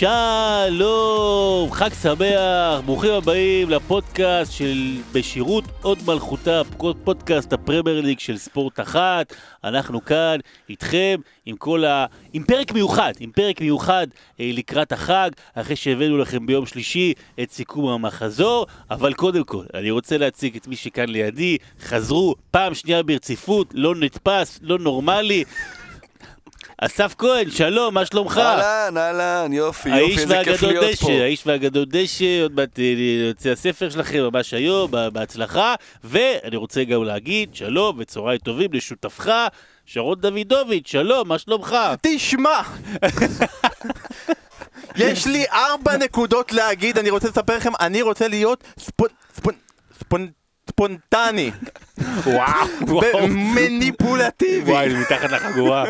שלום, חג שמח, ברוכים הבאים לפודקאסט של בשירות עוד מלכותה, פודקאסט הפרמייר ליג של ספורט אחת. אנחנו כאן איתכם עם פרק מיוחד לקראת החג, אחרי שהבאנו לכם ביום שלישי את סיכום המחזור. אבל קודם כל, אני רוצה להציג את מי שכאן לידי. חזרו פעם שנייה ברציפות, לא נתפס, לא נורמלי. אסף כהן, שלום, מה שלומך? אהלן, יופי, איזה כיף להיות פה. האיש והגדול דשא, עוד מעט יוצא הספר שלכם, ממש היום, בהצלחה. ואני רוצה גם להגיד שלום וצהריים טובים לשותפך, שרון דוידוביץ', שלום, מה שלומך? תשמע, יש לי 4 נקודות להגיד, אני רוצה לספר לכם, אני רוצה להיות ספונטני. וואו. מניפולטיבי. וואי, מתחת לחגורה.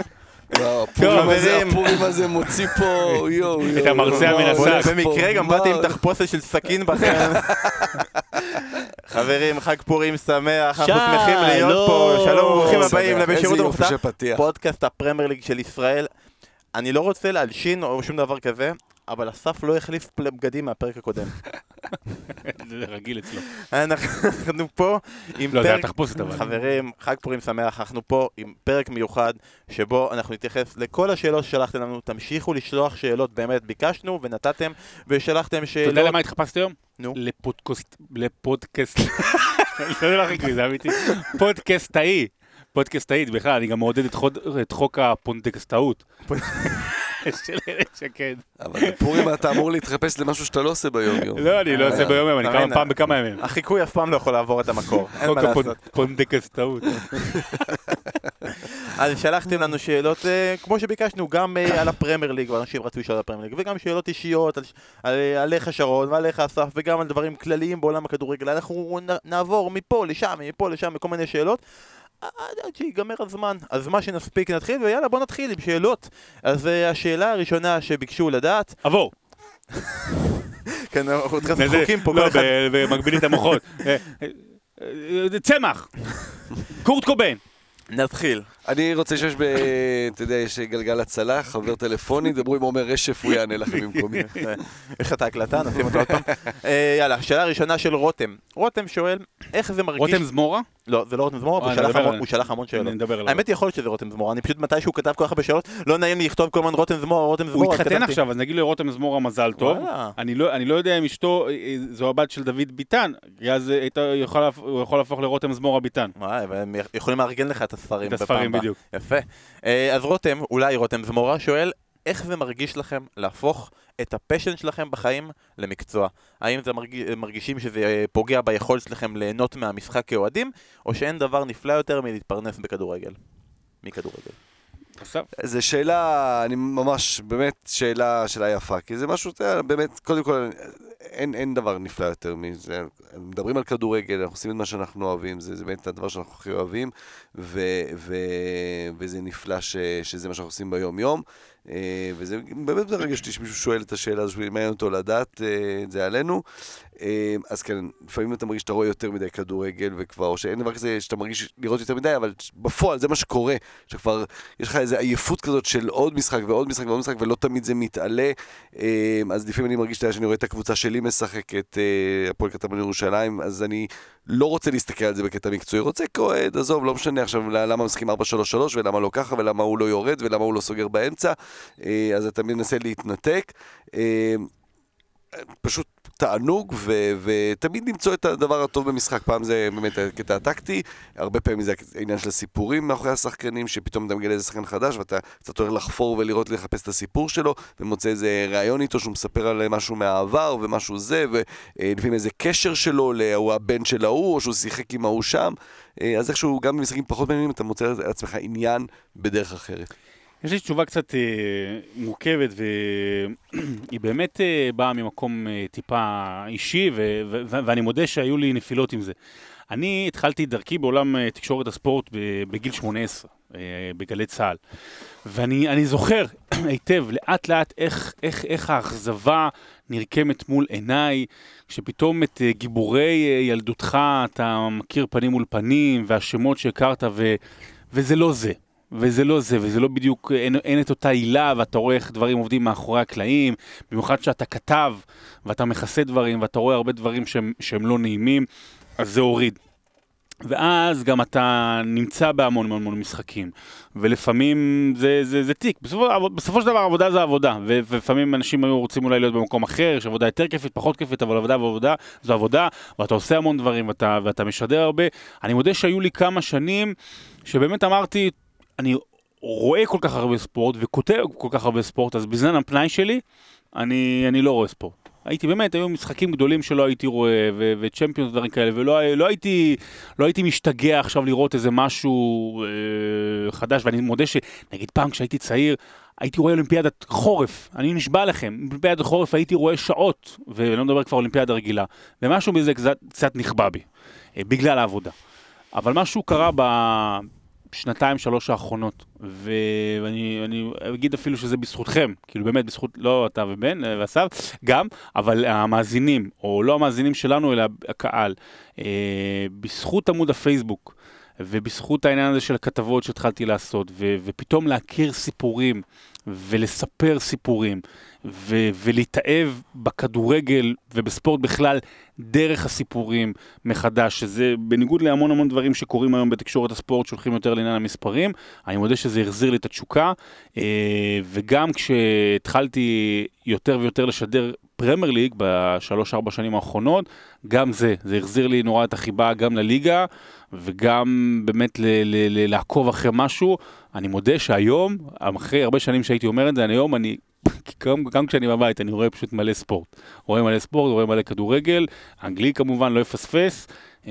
הפורים הזה מוציא פה, את המרצה המנסה. במקרה גם באתי עם תחפושת של סכין בכם. חברים, חג פורים שמח, אנחנו שמחים להיות פה. שלום וברוכים הבאים לבשירות המופתע, פודקאסט הפרמייר ליג של ישראל. אני לא רוצה להלשין או שום דבר כזה, אבל אסף לא החליף בגדים מהפרק הקודם. זה רגיל אצלו. אנחנו פה עם לא, פרק... זה התחפושת אבל. חברים, חג פורים שמח, אנחנו פה עם פרק מיוחד, שבו אנחנו נתייחס לכל השאלות ששלחתם לנו. תמשיכו לשלוח שאלות, באמת ביקשנו ונתתם ושלחתם שאלות. אתה יודע למה התחפשת היום? נו. לפודקאסט. זה לא חיקרי, זה אמיתי. פודקאסטאית בכלל, אני גם מעודד את חוק הפונדקסטאות. של שקד. אבל בפורים אתה אמור להתחפש למשהו שאתה לא עושה ביום יום. לא, אני לא עושה ביום יום, אני פעם בכמה ימים. החיקוי אף פעם לא יכול לעבור את המקור, אין מה חוק לעשות. הפונדקסטאות. אז שלחתם לנו שאלות, כמו שביקשנו, גם על הפרמייר ליג, ואנשים רצו לשאול על הפרמייר ליג, וגם שאלות אישיות עליך שרון ועליך אסף, וגם על דברים כלליים בעולם הכדורגל. אנחנו נעבור מפה לשם, מכל מיני שאלות. עד שיגמר הזמן, אז מה שנספיק נתחיל, ויאללה בוא נתחיל עם שאלות. אז השאלה הראשונה שביקשו לדעת... עבור. כן, אנחנו חוקים פה לא, כל אחד. במגבילים את המוחות. צמח. קורט קוביין. נתחיל. אני רוצה שיש אתה יודע, יש גלגל הצלה, חבר טלפוני, דברו עם עומר רשף, הוא יענה לכם במקומי. איך אתה הקלטה? נשים אותו עוד פעם. יאללה, שאלה ראשונה של רותם. רותם שואל, איך זה מרגיש... רותם זמורה? לא, זה לא רותם זמורה, הוא שלח המון שאלות. האמת יכול להיות שזה רותם זמורה, אני פשוט מתי שהוא כתב כל כך הרבה שאלות, לא נעים לי לכתוב כל הזמן רותם זמורה. הוא התחתן עכשיו, אז נגיד לו רותם זמורה מזל טוב. אני לא יודע אם אשתו, זו הבת של דוד ביטן, אז הוא יכול להפוך לרותם זמורה ביטן. והם יכולים לארגן לך את הספרים. את הספרים בדיוק. יפה. אז רותם, אולי רותם זמורה, שואל, איך זה מרגיש לכם להפוך את הפשן שלכם בחיים למקצוע? האם זה מרגישים שזה פוגע ביכולת שלכם ליהנות מהמשחק כאוהדים, או שאין דבר נפלא יותר מלהתפרנס בכדורגל? מכדורגל. זו שאלה, אני ממש, באמת שאלה יפה, כי זה משהו, באמת, קודם כל, אין דבר נפלא יותר מזה. מדברים על כדורגל, אנחנו עושים את מה שאנחנו אוהבים, זה באמת הדבר שאנחנו הכי אוהבים, וזה נפלא שזה מה שאנחנו עושים ביום יום, וזה באמת מרגש אותי שמישהו שואל את השאלה הזו, מעניין אותו לדעת את זה עלינו. אז כן, לפעמים אתה מרגיש שאתה רואה יותר מדי כדורגל וכבר, או שאין דבר כזה שאתה מרגיש לראות יותר מדי, אבל בפועל זה מה שקורה, שכבר יש לך איזו עייפות כזאת של עוד משחק ועוד משחק ועוד משחק, ולא תמיד זה מתעלה. אז לפעמים אני מרגיש שאני רואה את הקבוצה שלי משחקת, הפועל קטמון ירושלים, אז אני לא רוצה להסתכל על זה בקטע מקצועי, רוצה כאוהד, עזוב, לא משנה עכשיו למה משחקים 4-3-3 ולמה לא ככה ולמה הוא לא יורד ולמה הוא לא סוגר באמצע, אז אתה מנסה להתנתק. פשוט תענוג, ותמיד למצוא את הדבר הטוב במשחק. פעם זה באמת הקטע הטקטי, הרבה פעמים זה העניין של הסיפורים מאחורי השחקנים, שפתאום אתה מגלה איזה שחקן חדש, ואתה קצת הולך לחפור ולראות, לחפש את הסיפור שלו, ומוצא איזה רעיון איתו שהוא מספר על משהו מהעבר, ומשהו זה, ולפעמים איזה קשר שלו, הוא הבן של ההוא, או שהוא שיחק עם ההוא שם. אז איכשהו, גם במשחקים פחות מעניינים, אתה מוצא לעצמך עניין בדרך אחרת. יש לי תשובה קצת מורכבת, והיא באמת באה ממקום טיפה אישי, ואני מודה שהיו לי נפילות עם זה. אני התחלתי דרכי בעולם תקשורת הספורט בגיל 18, בגלי צהל. ואני זוכר היטב, לאט לאט, איך האכזבה נרקמת מול עיניי, כשפתאום את גיבורי ילדותך אתה מכיר פנים מול פנים, והשמות שהכרת, וזה לא זה. וזה לא זה, וזה לא בדיוק, אין את אותה עילה, ואתה רואה איך דברים עובדים מאחורי הקלעים, במיוחד שאתה כתב, ואתה מכסה דברים, ואתה רואה הרבה דברים שהם לא נעימים, אז זה הוריד. ואז גם אתה נמצא בהמון המון משחקים, ולפעמים זה תיק. בסופו של דבר עבודה זה עבודה, ולפעמים אנשים היו רוצים אולי להיות במקום אחר, שעבודה יותר כיפית, פחות כיפית, אבל עבודה זו עבודה, ואתה עושה המון דברים, ואתה משדר הרבה. אני מודה שהיו לי כמה שנים, שבאמת אמרתי, אני רואה כל כך הרבה ספורט, וכותב כל כך הרבה ספורט, אז בזמן הפנאי שלי, אני לא רואה ספורט. הייתי באמת, היו משחקים גדולים שלא הייתי רואה, וצ'מפיונס דברים כאלה, ולא הייתי משתגע עכשיו לראות איזה משהו חדש, ואני מודה שנגיד פעם כשהייתי צעיר, הייתי רואה אולימפיאדת חורף, אני נשבע לכם, אולימפיאדת חורף הייתי רואה שעות, ואני לא מדבר כבר אולימפיאדה רגילה, ומשהו מזה קצת נכבה בי, בגלל העבודה. אבל משהו קרה בשנתיים, שלוש האחרונות, ואני אגיד אפילו שזה בזכותכם, כאילו באמת בזכות, לא אתה ובן ואסף, גם, אבל המאזינים, או לא המאזינים שלנו, אלא הקהל, בזכות עמוד הפייסבוק, ובזכות העניין הזה של הכתבות שהתחלתי לעשות, ופתאום להכיר סיפורים, ולספר סיפורים, ולהתאהב בכדורגל ובספורט בכלל דרך הסיפורים מחדש, שזה בניגוד להמון דברים שקורים היום בתקשורת הספורט שהולכים יותר לעניין המספרים, אני מודה שזה החזיר לי את התשוקה, וגם כשהתחלתי יותר ויותר לשדר פרמייר ליג ב3-4 שנים האחרונות, גם זה החזיר לי נורא את החיבה גם לליגה, וגם באמת לעקוב אחרי משהו. אני מודה שהיום, אחרי הרבה שנים שהייתי אומר את זה, היום גם כשאני בבית, אני רואה פשוט מלא ספורט. רואה מלא כדורגל, אנגלי כמובן, לא יפספס.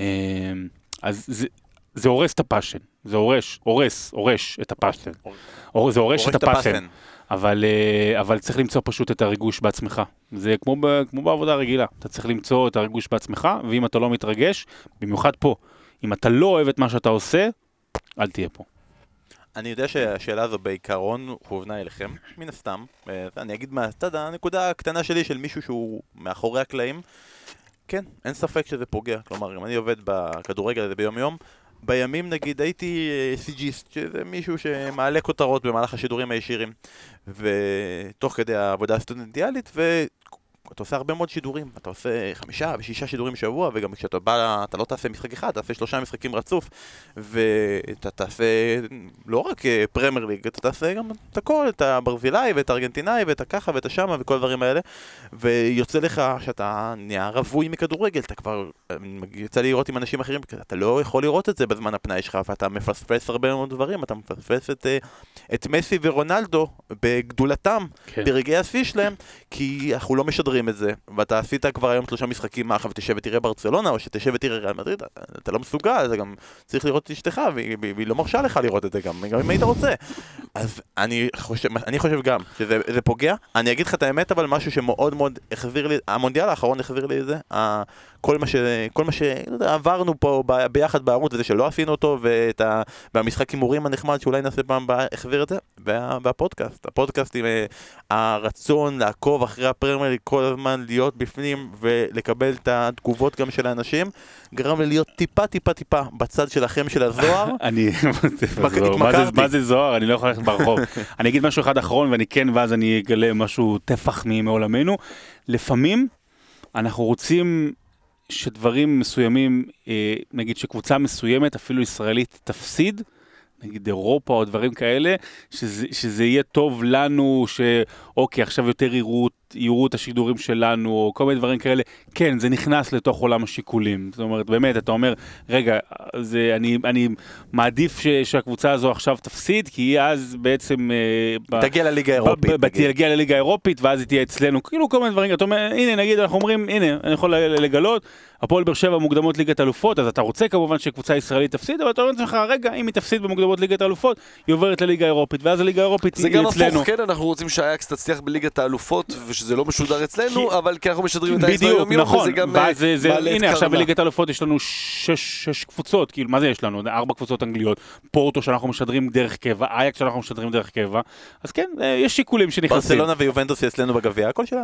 אז זה הורס את הפאשן. זה הורש את הפאשן. זה הורש את הפאשן. אבל צריך למצוא פשוט את הריגוש בעצמך. זה כמו בעבודה רגילה. אתה צריך למצוא את הריגוש בעצמך, ואם אתה לא מתרגש, במיוחד פה, אם אתה לא אוהב את מה שאתה עושה, אל תהיה פה. אני יודע שהשאלה הזו בעיקרון הובנה אליכם, מן הסתם. אני אגיד מהצד, הנקודה הקטנה שלי של מישהו שהוא מאחורי הקלעים, כן, אין ספק שזה פוגע. כלומר, אם אני עובד בכדורגל הזה ביום יום, בימים נגיד הייתי סיג'יסט, שזה מישהו שמעלה כותרות במהלך השידורים הישירים, ותוך כדי העבודה הסטודנטיאלית, אתה עושה הרבה מאוד שידורים, אתה עושה 5 ו6 שידורים בשבוע, וגם כשאתה בא, אתה לא תעשה משחק אחד, אתה תעשה 3 משחקים רצוף, ואתה תעשה לא רק פרמייר ליג, אתה תעשה גם את הכל, את הברזילאי ואת הארגנטינאי ואת הככה ואת השמה וכל הדברים האלה, ויוצא לך שאתה נהיה רווי מכדורגל, אתה כבר יוצא לראות עם אנשים אחרים, אתה לא יכול לראות את זה בזמן הפנאי שלך, ואתה מפספס הרבה מאוד דברים, אתה מפספס את מסי ורונלדו בגדולתם, ברגעי השיא שלהם, כי אנחנו לא משדרים את זה, ואתה עשית כבר היום 3 משחקים, מה עכשיו תשב ותראה ברצלונה, או שתשב ותראה ריאל מדריד, אתה לא מסוגל, אתה גם צריך לראות את אשתך, והיא לא מרשה לך לראות את זה גם אם היית רוצה. אז אני חושב גם שזה פוגע. אני אגיד לך את האמת, אבל משהו שמאוד מאוד החזיר לי, המונדיאל האחרון החזיר לי את זה, כל מה שעברנו פה ביחד בערוץ, וזה שלא עשינו אותו, והמשחק הימורים הנחמד שאולי נעשה פעם החזיר את זה, והפודקאסט עם הרצון לעקוב אחרי הפרמייר ליג כל הזמן, להיות בפנים ולקבל את התגובות גם של האנשים, גרם לי להיות טיפה בצד שלכם של הזוהר. מה זה זוהר? אני לא יכול ללכת ברחוב. אני אגיד משהו אחד אחרון, ואני כן, ואז אני אגלה משהו טפח מעולמנו. לפעמים אנחנו רוצים שדברים מסוימים, נגיד שקבוצה מסוימת, אפילו ישראלית, תפסיד, נגיד אירופה או דברים כאלה, שזה יהיה טוב לנו, שאוקיי, עכשיו יותר יראו את השידורים שלנו, או כל מיני דברים כאלה. כן, זה נכנס לתוך עולם השיקולים. זאת אומרת, באמת, אתה אומר, רגע, אני מעדיף שהקבוצה הזו עכשיו תפסיד, כי היא אז בעצם תגיע לליגה האירופית. תגיע לליגה האירופית, ואז היא תהיה אצלנו. כאילו כל מיני דברים. אתה אומר, הנה, נגיד, אנחנו אומרים, הנה, אני יכול לגלות, הפועל באר שבע מוקדמות ליגת האלופות, אז אתה רוצה כמובן שקבוצה ישראלית תפסיד, אבל אתה אומר לך, רגע, אם היא תפסיד במוקדמות ליגת האלופות, היא עוברת לליגה האירופית, ואז הליגה האירופית היא אצלנו. זה גם הפוך, כן, אנחנו רוצים שהאייקס תצליח בליגת האלופות, ושזה לא משודר אצלנו, אבל כי אנחנו משדרים את האקס ביום יום, וזה גם מעלה את קרנה. הנה, עכשיו בליגת האלופות יש לנו 6 קבוצות, כאילו, מה זה יש לנו? 4 קבוצות אנגליות, פורטו שאנחנו משדרים דרך קבע, אייקס שאנחנו משדרים דרך קבע, אז כן, יש שיקולים שנכנסים. ברצלונה ויובנטוס אצלנו בגביע, הכל שלנו.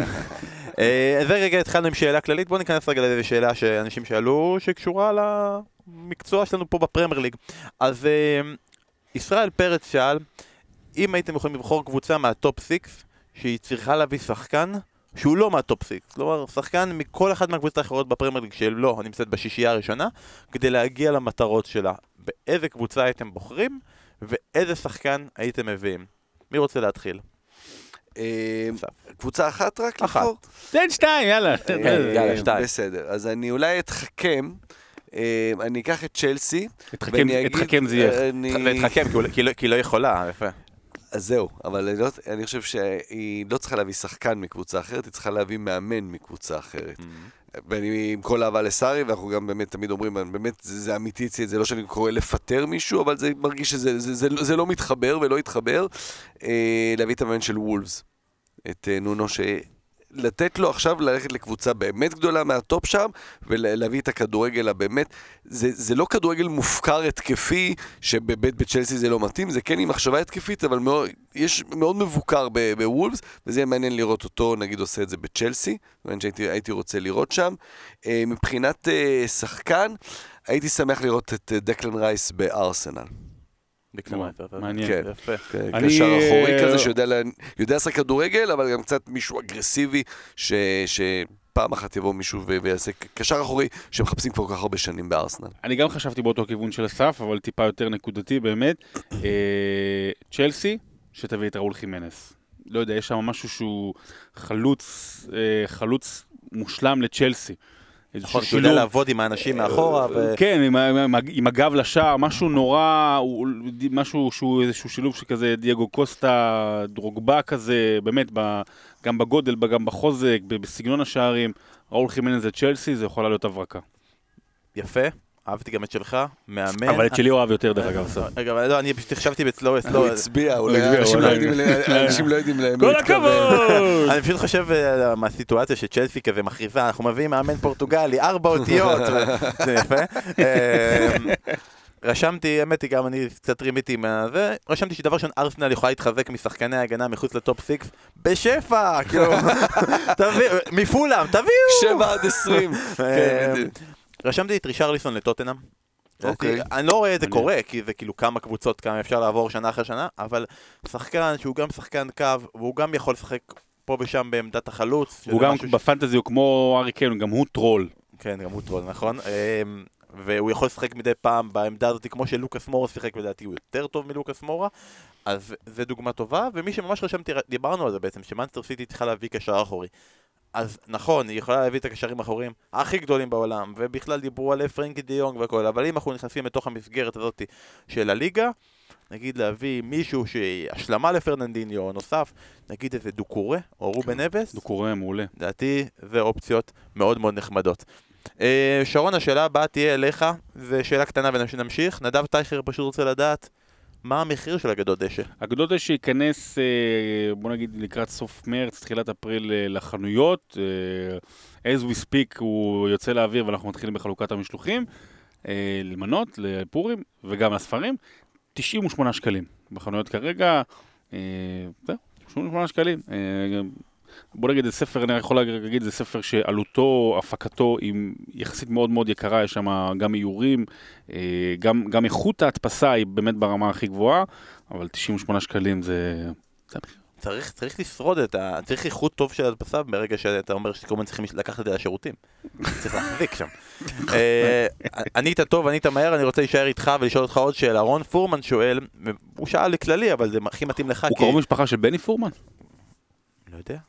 זה רגע התחלנו עם שאלה כללית, בואו ניכנס רגע לאיזו שאלה שאנשים שאלו שקשורה למקצוע שלנו פה בפרמייר ליג. אז ישראל פרץ שאל, אם הייתם יכולים לבחור קבוצה מהטופ 6 שהיא צריכה להביא שחקן שהוא לא מהטופ 6, כלומר שחקן מכל אחד מהקבוצות האחרות בפרמייר ליג שלא נמצאת בשישייה הראשונה, כדי להגיע למטרות שלה. באיזה קבוצה הייתם בוחרים ואיזה שחקן הייתם מביאים? מי רוצה להתחיל? קבוצה אחת רק אחת. לבחור? תן 2, יאללה. יאללה, 2. בסדר, אז אני אולי אתחכם, אני אקח את צ'לסי. אתחכם זה יהיה. להתחכם, כי לא יכולה, יפה. אז זהו, אבל אני חושב שהיא לא צריכה להביא שחקן מקבוצה אחרת, היא צריכה להביא מאמן מקבוצה אחרת. ואני עם כל אהבה לסארי, ואנחנו גם באמת תמיד אומרים, באמת זה אמיתי, זה לא שאני קורא לפטר מישהו, אבל זה מרגיש שזה לא מתחבר ולא יתחבר, להביא את המאמן של וולפס, את נונו, לתת לו עכשיו ללכת לקבוצה באמת גדולה מהטופ שם, ולהביא את הכדורגל הבאמת, זה לא כדורגל מופקר התקפי, שבבית בצ'לסי זה לא מתאים, זה כן עם מחשבה התקפית, אבל יש מאוד מבוקר בוולפס, וזה מעניין לראות אותו, נגיד עושה את זה בצ'לסי, הייתי רוצה לראות שם. מבחינת שחקן, הייתי שמח לראות את דקלן רייס בארסנל. מעניין. יפה. קשר אחורי כזה שיודע לעשות כדורגל, אבל גם קצת מישהו אגרסיבי, שפעם אחת יבוא מישהו ויעשה קשר אחורי, שמחפשים כבר כל כך הרבה שנים בארסנל. אני גם חשבתי באותו כיוון של הסף, אבל טיפה יותר נקודתי באמת. צ'לסי, שתביא את ראול חימנס. לא יודע, יש שם משהו שהוא חלוץ מושלם לצ'לסי. נכון, שהוא יודע לעבוד עם האנשים מאחורה. כן, עם הגב לשער, משהו נורא, משהו שהוא איזשהו שילוב שכזה דייגו קוסטה, דרוגבה כזה, באמת, גם בגודל, גם בחוזק, בסגנון השערים, ראול חימנז זה צ'לסי, זה יכולה להיות הברקה. יפה. אהבתי גם את שלך, מאמן. אבל את שלי אוהב יותר דרך אגב. רגע, לא, אני פשוט חשבתי בצלו. הוא הצביע, אנשים לא יודעים להם. כל הכבוד! אני פשוט חושב מהסיטואציה שצ'לסי כזה מכריזה, אנחנו מביאים מאמן פורטוגלי, 4 אותיות, זה יפה. רשמתי, האמת היא גם אני קצת רימיתי מהזה, רשמתי שדבר ראשון ארסנל יכולה להתחזק משחקני ההגנה מחוץ לטופ 6 בשפע, כאילו, מפולם, תביאו! 7-20. רשמתי את רישרליסון לטוטנהאם. אוקיי. אני לא רואה את זה קורה, כי זה כאילו כמה קבוצות, כמה אפשר לעבור שנה אחרי שנה, אבל שחקן שהוא גם שחקן קו, והוא גם יכול לשחק פה ושם בעמדת החלוץ. הוא גם בפנטזי הוא כמו ארי קיין, גם הוא טרול. כן, גם הוא טרול, נכון. והוא יכול לשחק מדי פעם בעמדה הזאת, כמו שלוקאס מורה שיחק, לדעתי הוא יותר טוב מלוקאס מורה, אז זה דוגמה טובה, ומי שממש רשמתי, דיברנו על זה בעצם, שמנצ'סטר סיטי צריכה להביא קשר אחורי. אז נכון, היא יכולה להביא את הקשרים האחוריים הכי גדולים בעולם, ובכלל דיברו על פרנקי די יונג וכל, אבל אם אנחנו נכנסים לתוך המסגרת הזאת של הליגה, נגיד להביא מישהו שהשלמה לפרננדיניו נוסף, נגיד איזה דוקורה או רובן נבס. דוקורה, מעולה. לדעתי זה אופציות מאוד מאוד נחמדות. שרון, השאלה הבאה תהיה אליך, זו שאלה קטנה ונמשיך. נדב טייכר פשוט רוצה לדעת מה המחיר של אגדות דשא? אגדות דשא ייכנס, בוא נגיד, לקראת סוף מרץ, תחילת אפריל לחנויות. As we speak הוא יוצא לאוויר ואנחנו מתחילים בחלוקת המשלוחים, למנות, לפורים וגם לספרים. 98 שקלים בחנויות כרגע, זהו, 98 שקלים. בוא נגיד, זה ספר, אני יכול להגיד, זה ספר שעלותו, הפקתו היא יחסית מאוד מאוד יקרה, יש שם גם איורים, גם איכות ההדפסה היא באמת ברמה הכי גבוהה, אבל 98 שקלים זה המחיר. צריך לשרוד צריך איכות טוב של ההדפסה ברגע שאתה אומר שכמובן צריכים לקחת את זה לשירותים. צריך להחזיק שם. ענית טוב, ענית מהר, אני רוצה להישאר איתך ולשאול אותך עוד שאלה. רון פורמן שואל, הוא שאל לכללי, אבל זה הכי מתאים לך. הוא קרוב משפחה של בני פורמן? לא יודע.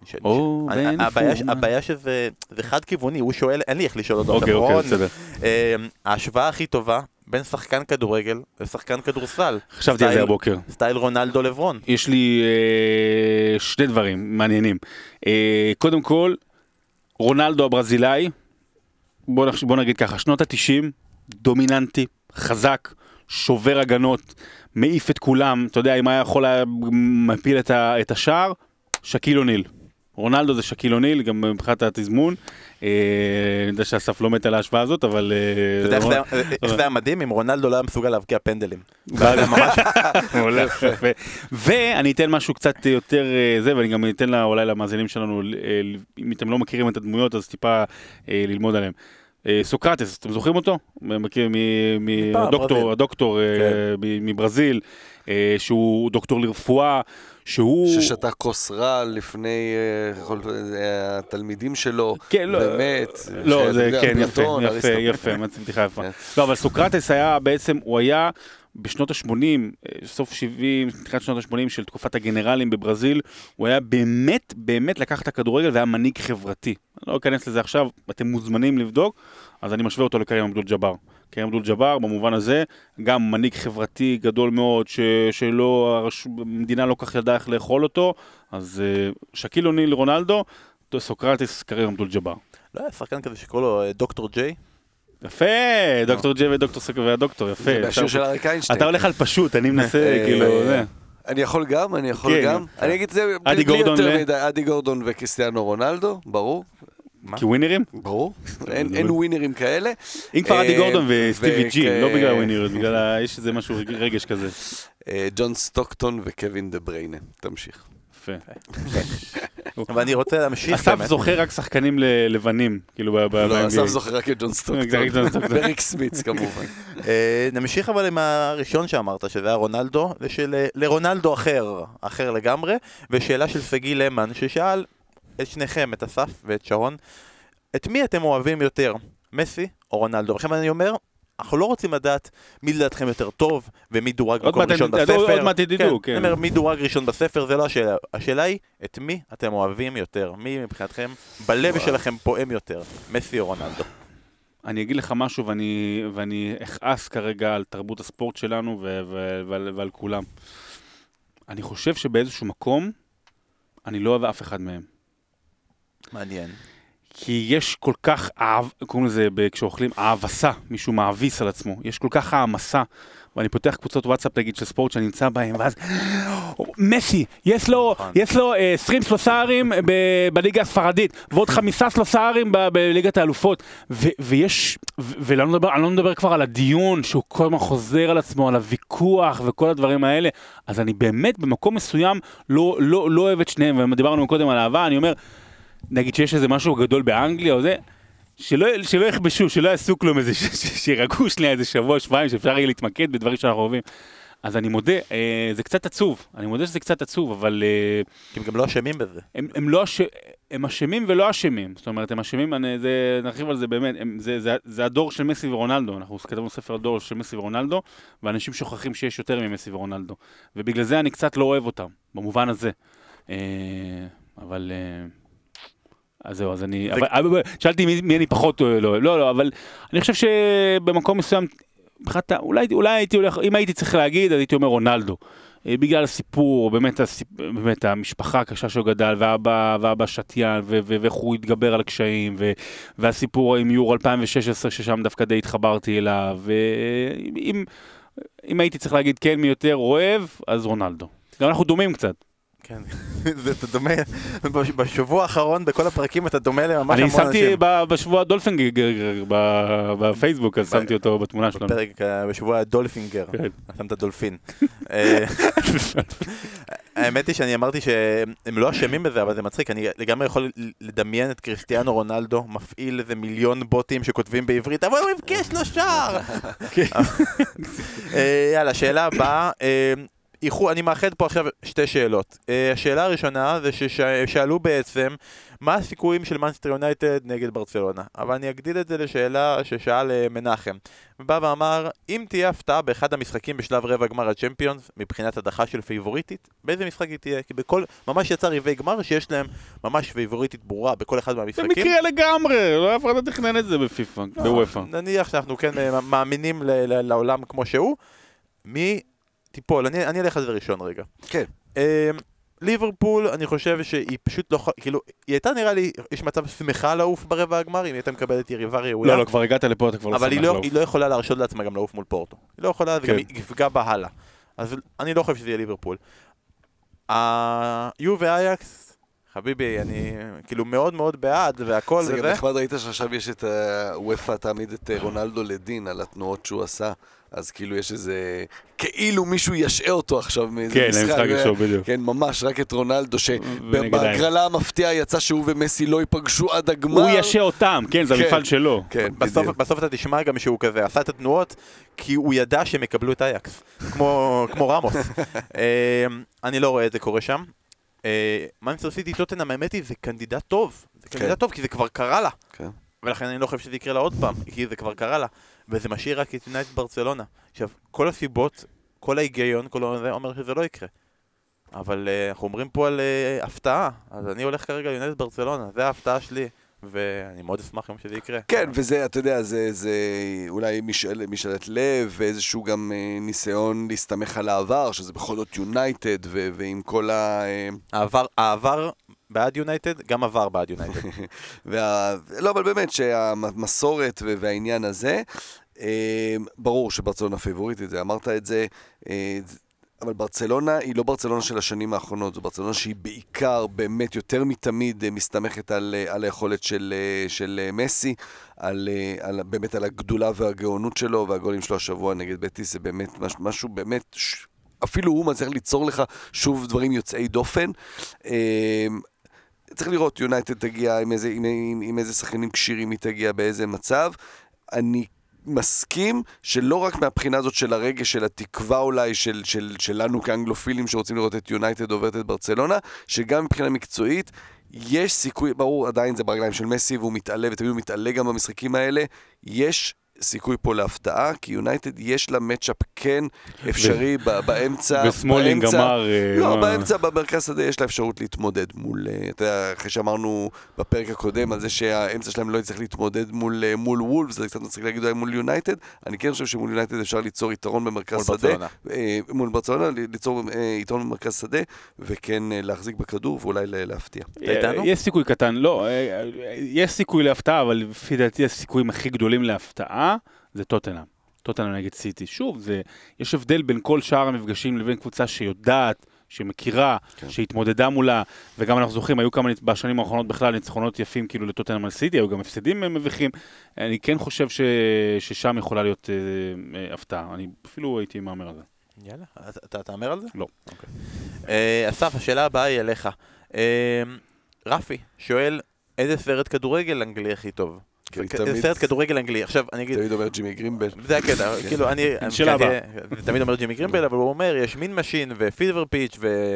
הבעיה שזה חד כיווני, הוא שואל, אין לי איך לשאול אותו. אוקיי, בסדר. ההשוואה הכי טובה בין שחקן כדורגל לשחקן כדורסל. חשבתי על זה הבוקר. סטייל רונלדו לברון. יש לי שני דברים מעניינים. קודם כל, רונלדו הברזילאי, בוא נגיד ככה, שנות ה-90, דומיננטי, חזק, שובר הגנות, מעיף את כולם, אתה יודע, אם היה יכול להפיל את השער, שקיל אוניל. רונלדו זה שקיל אוניל, גם מבחינת התזמון. אני יודע שהסף לא מת על ההשוואה הזאת, אבל... אתה יודע איך זה היה מדהים אם רונלדו לא היה מסוגל להבקיע פנדלים. ואני אתן משהו קצת יותר זה, ואני גם אתן אולי למאזינים שלנו, אם אתם לא מכירים את הדמויות, אז טיפה ללמוד עליהם. סוקרטס, אתם זוכרים אותו? הדוקטור מברזיל, שהוא דוקטור לרפואה, ששתה כוס רע לפני התלמידים שלו, באמת. לא, זה כן, יפה, מצליחה יפה. לא, אבל סוקרטס היה בעצם, הוא היה בשנות ה-80, סוף 70, תחילת שנות ה-80 של תקופת הגנרלים בברזיל, הוא היה באמת לקח את הכדורגל והיה מנהיג חברתי. אני לא אכנס לזה עכשיו, אתם מוזמנים לבדוק, אז אני משווה אותו לקרים אבדול ג'אבר. קרים אבדול ג'אבר, במובן הזה, גם מנהיג חברתי גדול מאוד, המדינה לא כך ידעה איך לאכול אותו, אז שקיל אוניל רונלדו, סוקרטס, קרים אבדול ג'אבר. לא, היה שחקן כזה שקורא לו דוקטור ג'יי. יפה, דוקטור ג'יי ודוקטור סוקר והדוקטור, יפה. זה מהשיר של אריק איינשטיין. אתה הולך על פשוט, אני מנסה, כאילו, זה. אני יכול גם. אני אגיד את זה בלי יותר מדי. אדי גורדון וקריסטיאנו רונלדו, ברור. כי ווינרים? ברור, אין ווינרים כאלה. אם כבר אדי גורדון וסטיבי ג'י, לא בגלל ווינרים, בגלל יש איזה משהו רגש כזה. ג'ון סטוקטון וקווין דה בריינה, תמשיך. יפה. אבל אני רוצה להמשיך. אסף זוכר רק שחקנים לבנים, כאילו לא, אסף זוכר רק את ג'ון סטוקטון. וריק סמיץ כמובן. נמשיך אבל עם הראשון שאמרת, שזה היה רונלדו, לרונלדו אחר לגמרי, ושאלה של סגי למן, ששאל את שניכם, את אסף ואת שרון, את מי אתם אוהבים יותר, מסי או רונלדו? עכשיו אני אומר, אנחנו לא רוצים לדעת מי לדעתכם יותר טוב, ומי דורג מקום ראשון בספר. עוד מעט תדעו, כן. אני אומר, מי דורג ראשון בספר, זה לא השאלה. השאלה היא, את מי אתם אוהבים יותר? מי מבחינתכם בלב שלכם פועם יותר, מסי או רונלדו? אני אגיד לך משהו, ואני אכעס כרגע על תרבות הספורט שלנו ועל כולם. אני חושב שבאיזשהו מקום, אני לא אוהב אף אחד מהם. מעניין. כי יש כל כך קוראים לזה כשאוכלים אהבסה, מישהו מאביס על עצמו, יש כל כך העמסה, ואני פותח קבוצות וואטסאפ נגיד של ספורט שאני נמצא בהם, ואז מסי, יש לו 20 שלוסרים בליגה הספרדית, ועוד 5 שלוסרים בליגת האלופות, ואני לא מדבר כבר על הדיון, שהוא כל הזמן חוזר על עצמו, על הוויכוח וכל הדברים האלה, אז אני באמת במקום מסוים לא אוהב את שניהם, ודיברנו קודם על אהבה, אני אומר, נגיד שיש איזה משהו גדול באנגליה או זה, שלא יכבשו, שלא יעשו כלום איזה, שירגעו שנייה איזה שבוע, שבועיים, שאפשר יהיה להתמקד בדברים שאנחנו אוהבים. אז אני מודה, זה קצת עצוב, אני מודה שזה קצת עצוב, אבל... כי הם גם לא אשמים בזה. הם אשמים ולא אשמים, זאת אומרת, הם אשמים, נרחיב על זה באמת, זה הדור של מסי ורונלדו, אנחנו כתבנו ספר על דור של מסי ורונלדו, ואנשים שוכחים שיש יותר ממסי ורונלדו, ובגלל זה אני קצת לא אוהב אותם, במובן הזה. אבל... אז זהו, אז אני... שאלתי מי אני פחות לא, אבל אני חושב שבמקום מסוים, אולי הייתי הולך, אם הייתי צריך להגיד, אז הייתי אומר רונלדו. בגלל הסיפור, באמת המשפחה הקשה שהוא גדל, ואבא שתיין, ואיך הוא התגבר על הקשיים, והסיפור עם יורו 2016, ששם דווקא די התחברתי אליו, ואם הייתי צריך להגיד כן מי יותר אוהב, אז רונלדו. גם אנחנו דומים קצת. כן, אתה דומה, בשבוע האחרון בכל הפרקים אתה דומה לממש המון אנשים. אני שמתי בשבוע דולפינגר בפייסבוק, אז שמתי אותו בתמונה שלנו. בפרק, בשבוע דולפינגר, שמת דולפין. האמת היא שאני אמרתי שהם לא אשמים בזה, אבל זה מצחיק, אני לגמרי יכול לדמיין את קריסטיאנו רונלדו, מפעיל איזה מיליון בוטים שכותבים בעברית, אבל הוא הבקש לו שער! יאללה, שאלה הבאה, אני מאחד פה עכשיו שתי שאלות. השאלה הראשונה זה ששאלו בעצם מה הסיכויים של מנצ'סטר יונייטד נגד ברצלונה. אבל אני אגדיל את זה לשאלה ששאל מנחם. ובא ואמר, אם תהיה הפתעה באחד המשחקים בשלב רבע גמר הצ'מפיונס, מבחינת הדחה של פייבוריטית, באיזה משחק היא תהיה? כי ממש יצא רבעי גמר שיש להם ממש פייבוריטית ברורה בכל אחד מהמשחקים. זה מקרה לגמרי, לא אף אחד לא תכנן את זה בפיפ"א, בוופ"א. נניח שאנחנו כן מאמינים לעולם כמו שהוא. מי טיפול, אני אלך על זה ראשון רגע. כן. ליברפול, אני חושב שהיא פשוט לא... כאילו, היא הייתה נראה לי, יש מצב שמחה לעוף ברבע הגמר, אם היא הייתה מקבלת יריבה ראויה. לא, כבר הגעת לפה, אתה כבר לא שמח לעוף. אבל היא לא יכולה להרשות לעצמה גם לעוף מול פורטו. היא לא יכולה, זה גם יפגע בה הלאה. אז אני לא חושב שזה יהיה ליברפול. יו ואייקס, חביבי, אני כאילו מאוד מאוד בעד, והכל זה גם נחמד, ראית שעכשיו יש את וופא תעמיד את רונלדו לדין על התנועות שהוא עשה אז כאילו יש איזה, כאילו מישהו ישעה אותו עכשיו מאיזה כן, משחק. המשחק ישוע בדיוק. כן, ממש, רק את רונלדו, שבהגרלה המפתיעה יצא שהוא ומסי לא ייפגשו עד הגמר. הוא ישע אותם, כן, זה המפעל שלו. כן, בסוף אתה תשמע גם שהוא כזה עשה את התנועות, כי הוא ידע שהם יקבלו את אייקס, כמו רמוס. אני לא רואה את זה קורה שם. מנצ'סטר סיטי טוטנהאם, האמת היא, זה קנדידט טוב. זה קנדידט טוב, כי זה כבר קרה לה. ולכן אני לא חושב שזה יקרה לה עוד פעם, כי זה כבר קרה לה. וזה משאיר רק את יונייטד ברצלונה. עכשיו, כל הסיבות, כל ההיגיון, כל זה אומר שזה לא יקרה. אבל אנחנו אומרים פה על הפתעה, אז אני הולך כרגע ליונייטד ברצלונה, זה ההפתעה שלי. ואני מאוד אשמח גם שזה יקרה. כן, וזה, אתה יודע, זה אולי משאלת לב, ואיזשהו גם ניסיון להסתמך על העבר, שזה בכל זאת יונייטד, ועם כל העבר בעד יונייטד, גם עבר בעד יונייטד. לא, אבל באמת שהמסורת והעניין הזה, ברור שברצלונה פייבוריטית, אמרת את זה, אבל ברצלונה היא לא ברצלונה של השנים האחרונות, זו ברצלונה שהיא בעיקר באמת יותר מתמיד מסתמכת על היכולת של מסי, באמת על הגדולה והגאונות שלו, והגולים שלו השבוע נגד בטיס, זה באמת משהו באמת, אפילו הוא מצליח ליצור לך שוב דברים יוצאי דופן. צריך לראות, יונייטד תגיע עם איזה שחקנים קשירים היא תגיע באיזה מצב. אני מסכים שלא רק מהבחינה הזאת של הרגש, של התקווה אולי, שלנו כאנגלופילים שרוצים לראות את יונייטד עוברת את ברצלונה, שגם מבחינה מקצועית יש סיכוי, ברור עדיין זה ברגליים של מסי והוא מתעלה ותמיד הוא מתעלה גם במשחקים האלה, יש סיכוי פה להפתעה, כי יונייטד יש לה מצ'אפ כן אפשרי באמצע. וסמולינג אמר... לא, באמצע, במרכז שדה יש לה אפשרות להתמודד מול... אתה יודע, אחרי שאמרנו בפרק הקודם על זה שהאמצע שלהם לא יצטרך להתמודד מול וולפס, זה קצת נצטרך להגיד מול יונייטד. אני כן חושב שמול יונייטד אפשר ליצור יתרון במרכז שדה. מול ברצלונה, ליצור יתרון במרכז שדה, וכן להחזיק בכדור ואולי להפתיע. יש סיכוי קטן, לא, יש סיכוי להפתעה, אבל לפי דעתי הסיכויים הכי גדולים להפתעה זה טוטנהאם. טוטנהאם נגד סיטי. שוב, יש הבדל בין כל שאר המפגשים לבין קבוצה שיודעת, שמכירה, שהתמודדה מולה, וגם אנחנו זוכרים, היו כמה בשנים האחרונות בכלל ניצחונות יפים כאילו לטוטנהאם על סיטי, היו גם הפסדים מביכים. אני כן חושב ששם יכולה להיות הפתעה. אני אפילו הייתי מאמר על זה. יאללה, אתה תאמר על זה? לא. אסף, השאלה הבאה היא אליך. רפי שואל, איזה סרט כדורגל אנגלי הכי טוב? סרט כדורגל אנגלי. עכשיו, אני אגיד... תמיד אומר ג'ימי גרינבל. זה הקטע, כאילו, אני... תמיד אומר ג'ימי גרינבל, אבל הוא אומר, יש מין משין, ופילבר פיץ',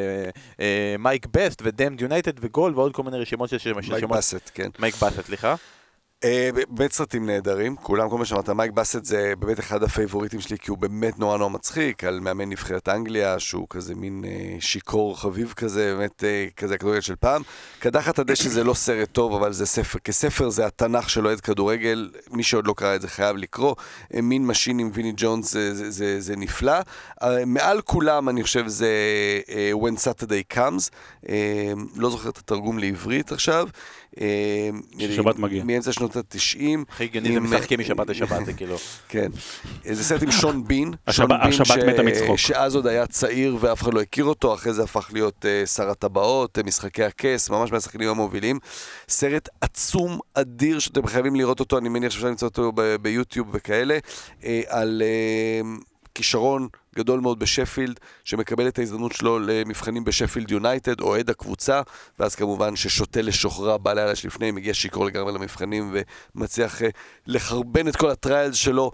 ומייק בסט, ודמד יונייטד, וגול, ועוד כל מיני רשימות של שמות. מייק בסט, כן. מייק בסט, סליחה. באמת סרטים נהדרים, כולם, כל מה שאמרת, מייק בסט זה באמת אחד הפייבוריטים שלי, כי הוא באמת נורא נורא מצחיק, על מאמן נבחרת אנגליה, שהוא כזה מין שיקור חביב כזה, באמת כזה הכדורגל של פעם. קדחת הדשא זה לא סרט טוב, אבל זה ספר, כספר זה התנ"ך של אוהד כדורגל, מי שעוד לא קרא את זה חייב לקרוא, מין משין עם ויני ג'ונס זה נפלא. מעל כולם אני חושב זה When Saturday Comes, לא זוכר את התרגום לעברית עכשיו, ששבת מגיע. מאמצע שנות ה-90. הכי גני זה משחקים משבת לשבת, זה כאילו. כן. זה סרט עם שון בין. השבת מתה מצחוק. שאז עוד היה צעיר ואף אחד לא הכיר אותו, אחרי זה הפך להיות שר הטבעות, משחקי הכס, ממש מהשחקנים המובילים. סרט עצום, אדיר, שאתם חייבים לראות אותו, אני מניח שאפשר למצוא אותו ביוטיוב וכאלה, על... כישרון גדול מאוד בשפילד, שמקבל את ההזדמנות שלו למבחנים בשפילד יונייטד, אוהד הקבוצה, ואז כמובן ששוטה לשוחרה בא לילה שלפני, מגיע שיקור לגמרי למבחנים, ומצליח לחרבן את כל הטריילס שלו.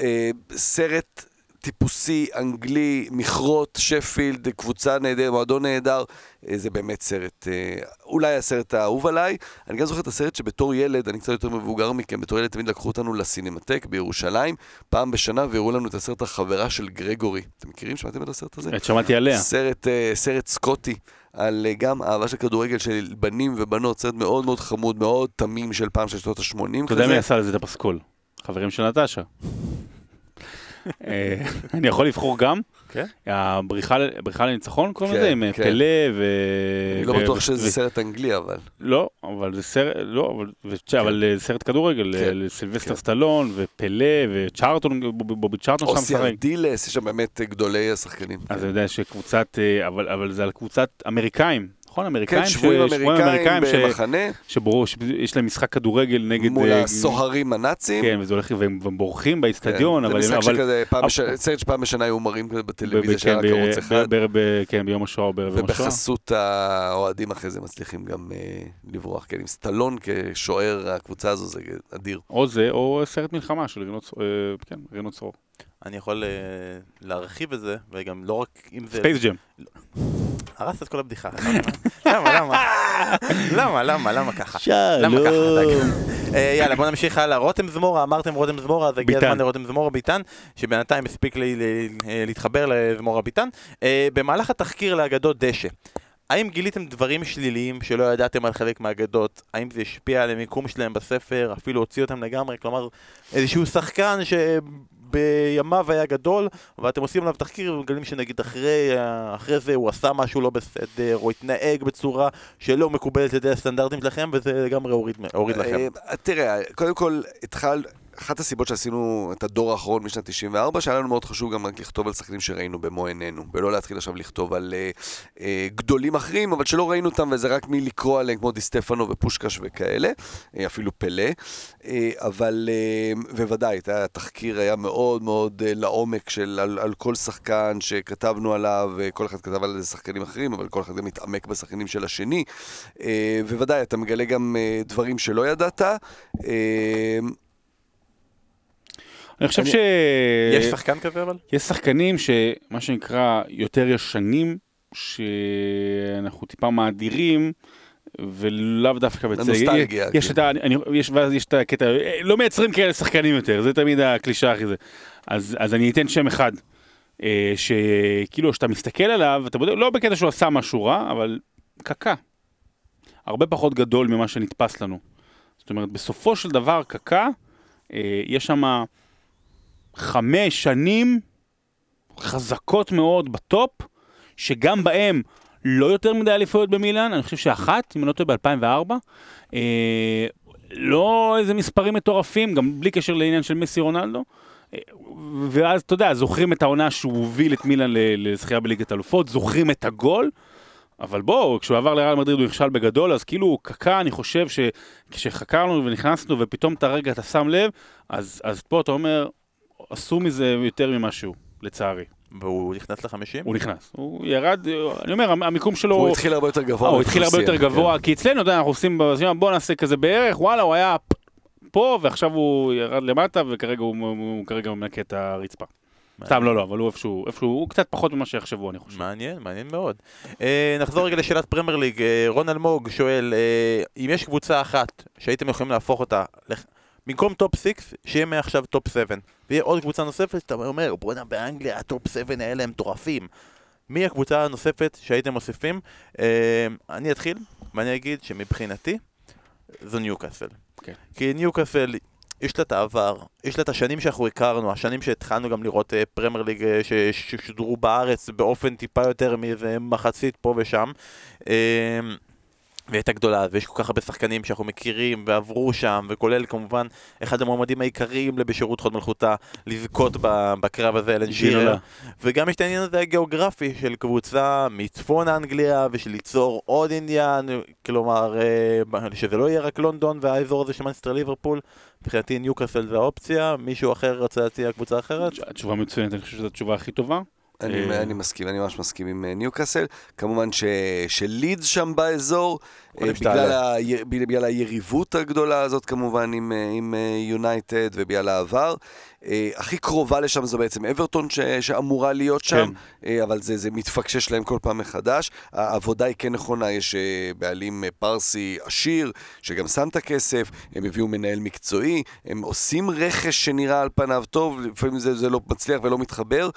סרט טיפוסי, אנגלי, מכרות, שפילד, קבוצה נהדר, מועדון נהדר, זה באמת סרט, אולי הסרט האהוב עליי. אני גם זוכר את הסרט שבתור ילד, אני קצת יותר מבוגר מכם, בתור ילד תמיד לקחו אותנו לסינמטק בירושלים, פעם בשנה, והראו לנו את הסרט החברה של גרגורי. אתם מכירים? שמעתם את הסרט הזה? שמעתי עליה. סרט סקוטי, על גם אהבה של כדורגל של בנים ובנות, סרט מאוד מאוד חמוד, מאוד תמים של פעם של שנות ה-80 כזה. אתה יודע מי עשה לזה את הפסקול? חברים של נטשה. אני יכול לבחור גם? כן. הבריחה לניצחון, קוראים לזה, עם פלה ו... אני לא בטוח שזה סרט אנגלי, אבל... לא, אבל זה סרט, אבל זה סרט כדורגל, סילבסטר סטלון, ופלה, וצ'ארטון, בובי צ'ארטון שם שחק. אוסי ארדילס, יש שם באמת גדולי השחקנים. אז אני יודע שקבוצת, אבל זה על קבוצת אמריקאים, נכון, אמריקאים, כן, שבויים אמריקאים במחנה. שיש להם משחק כדורגל נגד... מול הסוהרים הנאצים. כן, וזה הולך, והם בורחים באצטדיון, אבל... זה משחק שכזה, סרט שפעם בשנה היו מראים בטלוויזיה שהיה רק ערוץ אחד. כן, ביום השואה או בערב יום השואה. ובחסות האוהדים אחרי זה מצליחים גם לברוח, כן, עם סטלון כשוער הקבוצה הזו, זה אדיר. או זה, או סרט מלחמה של רינו צרור. אני יכול להרחיב את זה, וגם לא רק אם זה... ספייס ג'ם. הרסת את כל הבדיחה. למה ככה? שלום. יאללה, בוא נמשיך הלאה. רותם זמורה, אמרתם רותם זמורה, אז הגיע הזמן לרותם זמורה ביטן, שבינתיים הספיק לי להתחבר לזמורה ביטן. במהלך התחקיר לאגדות דשא, האם גיליתם דברים שליליים שלא ידעתם על חלק מהאגדות? האם זה השפיע על המיקום שלהם בספר, אפילו הוציא אותם לגמרי? כלומר, איזשהו שחקן בימיו היה גדול, ואתם עושים עליו תחקיר ומגלים שנגיד אחרי זה הוא עשה משהו לא בסדר, או התנהג בצורה שלא מקובלת לידי הסטנדרטים שלכם, וזה לגמרי הוריד לכם. תראה, קודם כל, אחת הסיבות שעשינו את הדור האחרון משנת 94, שהיה לנו מאוד חשוב גם רק לכתוב על שחקנים שראינו במו עינינו, ולא להתחיל עכשיו לכתוב על גדולים אחרים, אבל שלא ראינו אותם, וזה רק מלקרוא עליהם כמו דיסטפנו ופושקש וכאלה, אפילו פלא, אבל, בוודאי, התחקיר היה מאוד מאוד לעומק על כל שחקן שכתבנו עליו, כל אחד כתב על שחקנים אחרים, אבל כל אחד גם מתעמק בשחקנים של השני, ובוודאי, אתה מגלה גם דברים שלא ידעת, אני חושב יש שחקן כזה אבל? יש שחקנים שמה שנקרא יותר ישנים, שאנחנו טיפה מאדירים, ולאו דווקא בצד. הנוסטלגיה. יש את הקטע, לא מייצרים כאלה שחקנים יותר, זה תמיד הקלישה הכי זה. אז אני אתן שם אחד, שכאילו שאתה מסתכל עליו, אתה בודק, לא בקטע שהוא עשה משהו רע, אבל קקה. הרבה פחות גדול ממה שנתפס לנו. זאת אומרת, בסופו של דבר קקה, יש שם 5 שנים חזקות מאוד בטופ, שגם בהם לא יותר מדי אליפויות במילאן, אני חושב שאחת, אם אני לא טועה ב-2004, לא איזה מספרים מטורפים, גם בלי קשר לעניין של מסי רונלדו, ואז אתה יודע, זוכרים את העונה שהוא הוביל את מילאן לזכייה בליגת אלופות, זוכרים את הגול, אבל בואו, כשהוא עבר לריאל מדריד הוא נכשל בגדול, אז כאילו קקה, אני חושב שכשחקרנו ונכנסנו ופתאום את הרגע אתה שם לב, אז פה אתה אומר, עשו מזה יותר ממשהו, לצערי. והוא נכנס ל-50? הוא נכנס. הוא ירד, אני אומר, המיקום שלו... הוא התחיל הרבה יותר גבוה. הוא התחיל הרבה יותר גבוה, כי אצלנו, אנחנו עושים, בוא נעשה כזה בערך, וואלה, הוא היה פה, ועכשיו הוא ירד למטה, וכרגע הוא כרגע מנקה את הרצפה. סתם לא, אבל הוא איפשהו, הוא קצת פחות ממה שיחשבו, אני חושב. מעניין מאוד. נחזור רגע לשאלת פרמייר ליג. רון אלמוג שואל, אם יש קבוצה אחת שהייתם יכולים להפוך אותה, במקום טופ 6, שיהיה מעכשיו טופ 7. ויהיה עוד קבוצה נוספת, אתה אומר, בוא'נה באנגליה, הטופ 7 האלה הם מטורפים. מי הקבוצה הנוספת שהייתם מוסיפים? אני אתחיל, ואני אגיד שמבחינתי, זו ניוקאסל. כי ניוקאסל, יש לה את העבר, יש לה את השנים שאנחנו הכרנו, השנים שהתחלנו גם לראות פרמייר ליג ששודרו בארץ באופן טיפה יותר מאיזה מחצית פה ושם. והייתה גדולה, ויש כל כך הרבה שחקנים שאנחנו מכירים ועברו שם, וכולל כמובן אחד המועמדים העיקריים לבשירות חוד מלכותה לזכות בקרב הזה, אלן שירר. וגם יש את העניין הזה הגיאוגרפי של קבוצה מצפון אנגליה, ושל ליצור עוד עניין, כלומר, שזה לא יהיה רק לונדון והאזור הזה של מנצ'סטר ליברפול. מבחינתי ניוקאסל זה האופציה, מישהו אחר רצה להציע קבוצה אחרת? התשובה מצוינת, אני חושב שזו התשובה הכי טובה. אני מסכים, אני ממש מסכים עם ניוקאסל. כמובן שלידס שם באזור, בגלל היריבות הגדולה הזאת כמובן עם יונייטד ובגלל העבר. הכי קרובה לשם זו בעצם אברטון שאמורה להיות שם, אבל זה מתפקשש להם כל פעם מחדש. העבודה היא כן נכונה, יש בעלים פרסי עשיר, שגם שם את הכסף, הם הביאו מנהל מקצועי, הם עושים רכש שנראה על פניו טוב, לפעמים זה לא מצליח ולא מתחבר.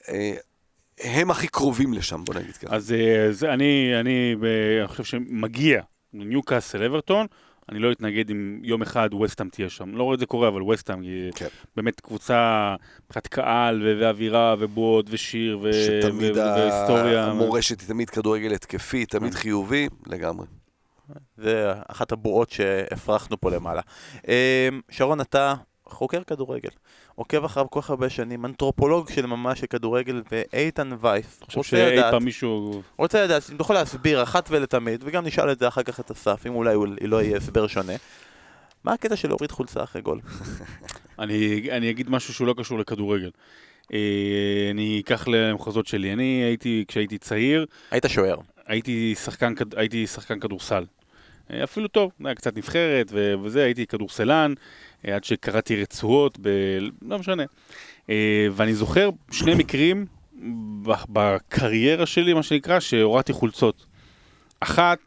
הם הכי קרובים לשם, בוא נגיד ככה. אז אני חושב שמגיע ניוקאסל אברטון, אני לא אתנגד אם יום אחד ווסטהאם תהיה שם. לא רואה את זה קורה, אבל ווסטהאם היא באמת קבוצה מבחינת קהל ואווירה ובועות ושיר והיסטוריה. המורשת היא תמיד כדורגל התקפי, תמיד חיובי, לגמרי. זה אחת הבועות שהפרחנו פה למעלה. שרון, אתה חוקר כדורגל, עוקב אחריו כל כך הרבה שנים, אנתרופולוג של ממש של כדורגל, ואיתן וייס, רוצה לדעת, אם תוכל להסביר אחת ולתמיד, וגם נשאל את זה אחר כך את אסף, אם אולי לא יהיה הסבר שונה, מה הקטע של להוריד חולצה אחרי גול? אני אגיד משהו שהוא לא קשור לכדורגל. אני אקח למחוזות שלי. כשהייתי צעיר, היית שוער. הייתי שחקן כדורסל. אפילו טוב, היה קצת נבחרת וזה, הייתי כדורסלן, עד שקראתי רצועות, לא משנה. ואני זוכר שני מקרים בקריירה שלי, מה שנקרא, שהורדתי חולצות. אחת,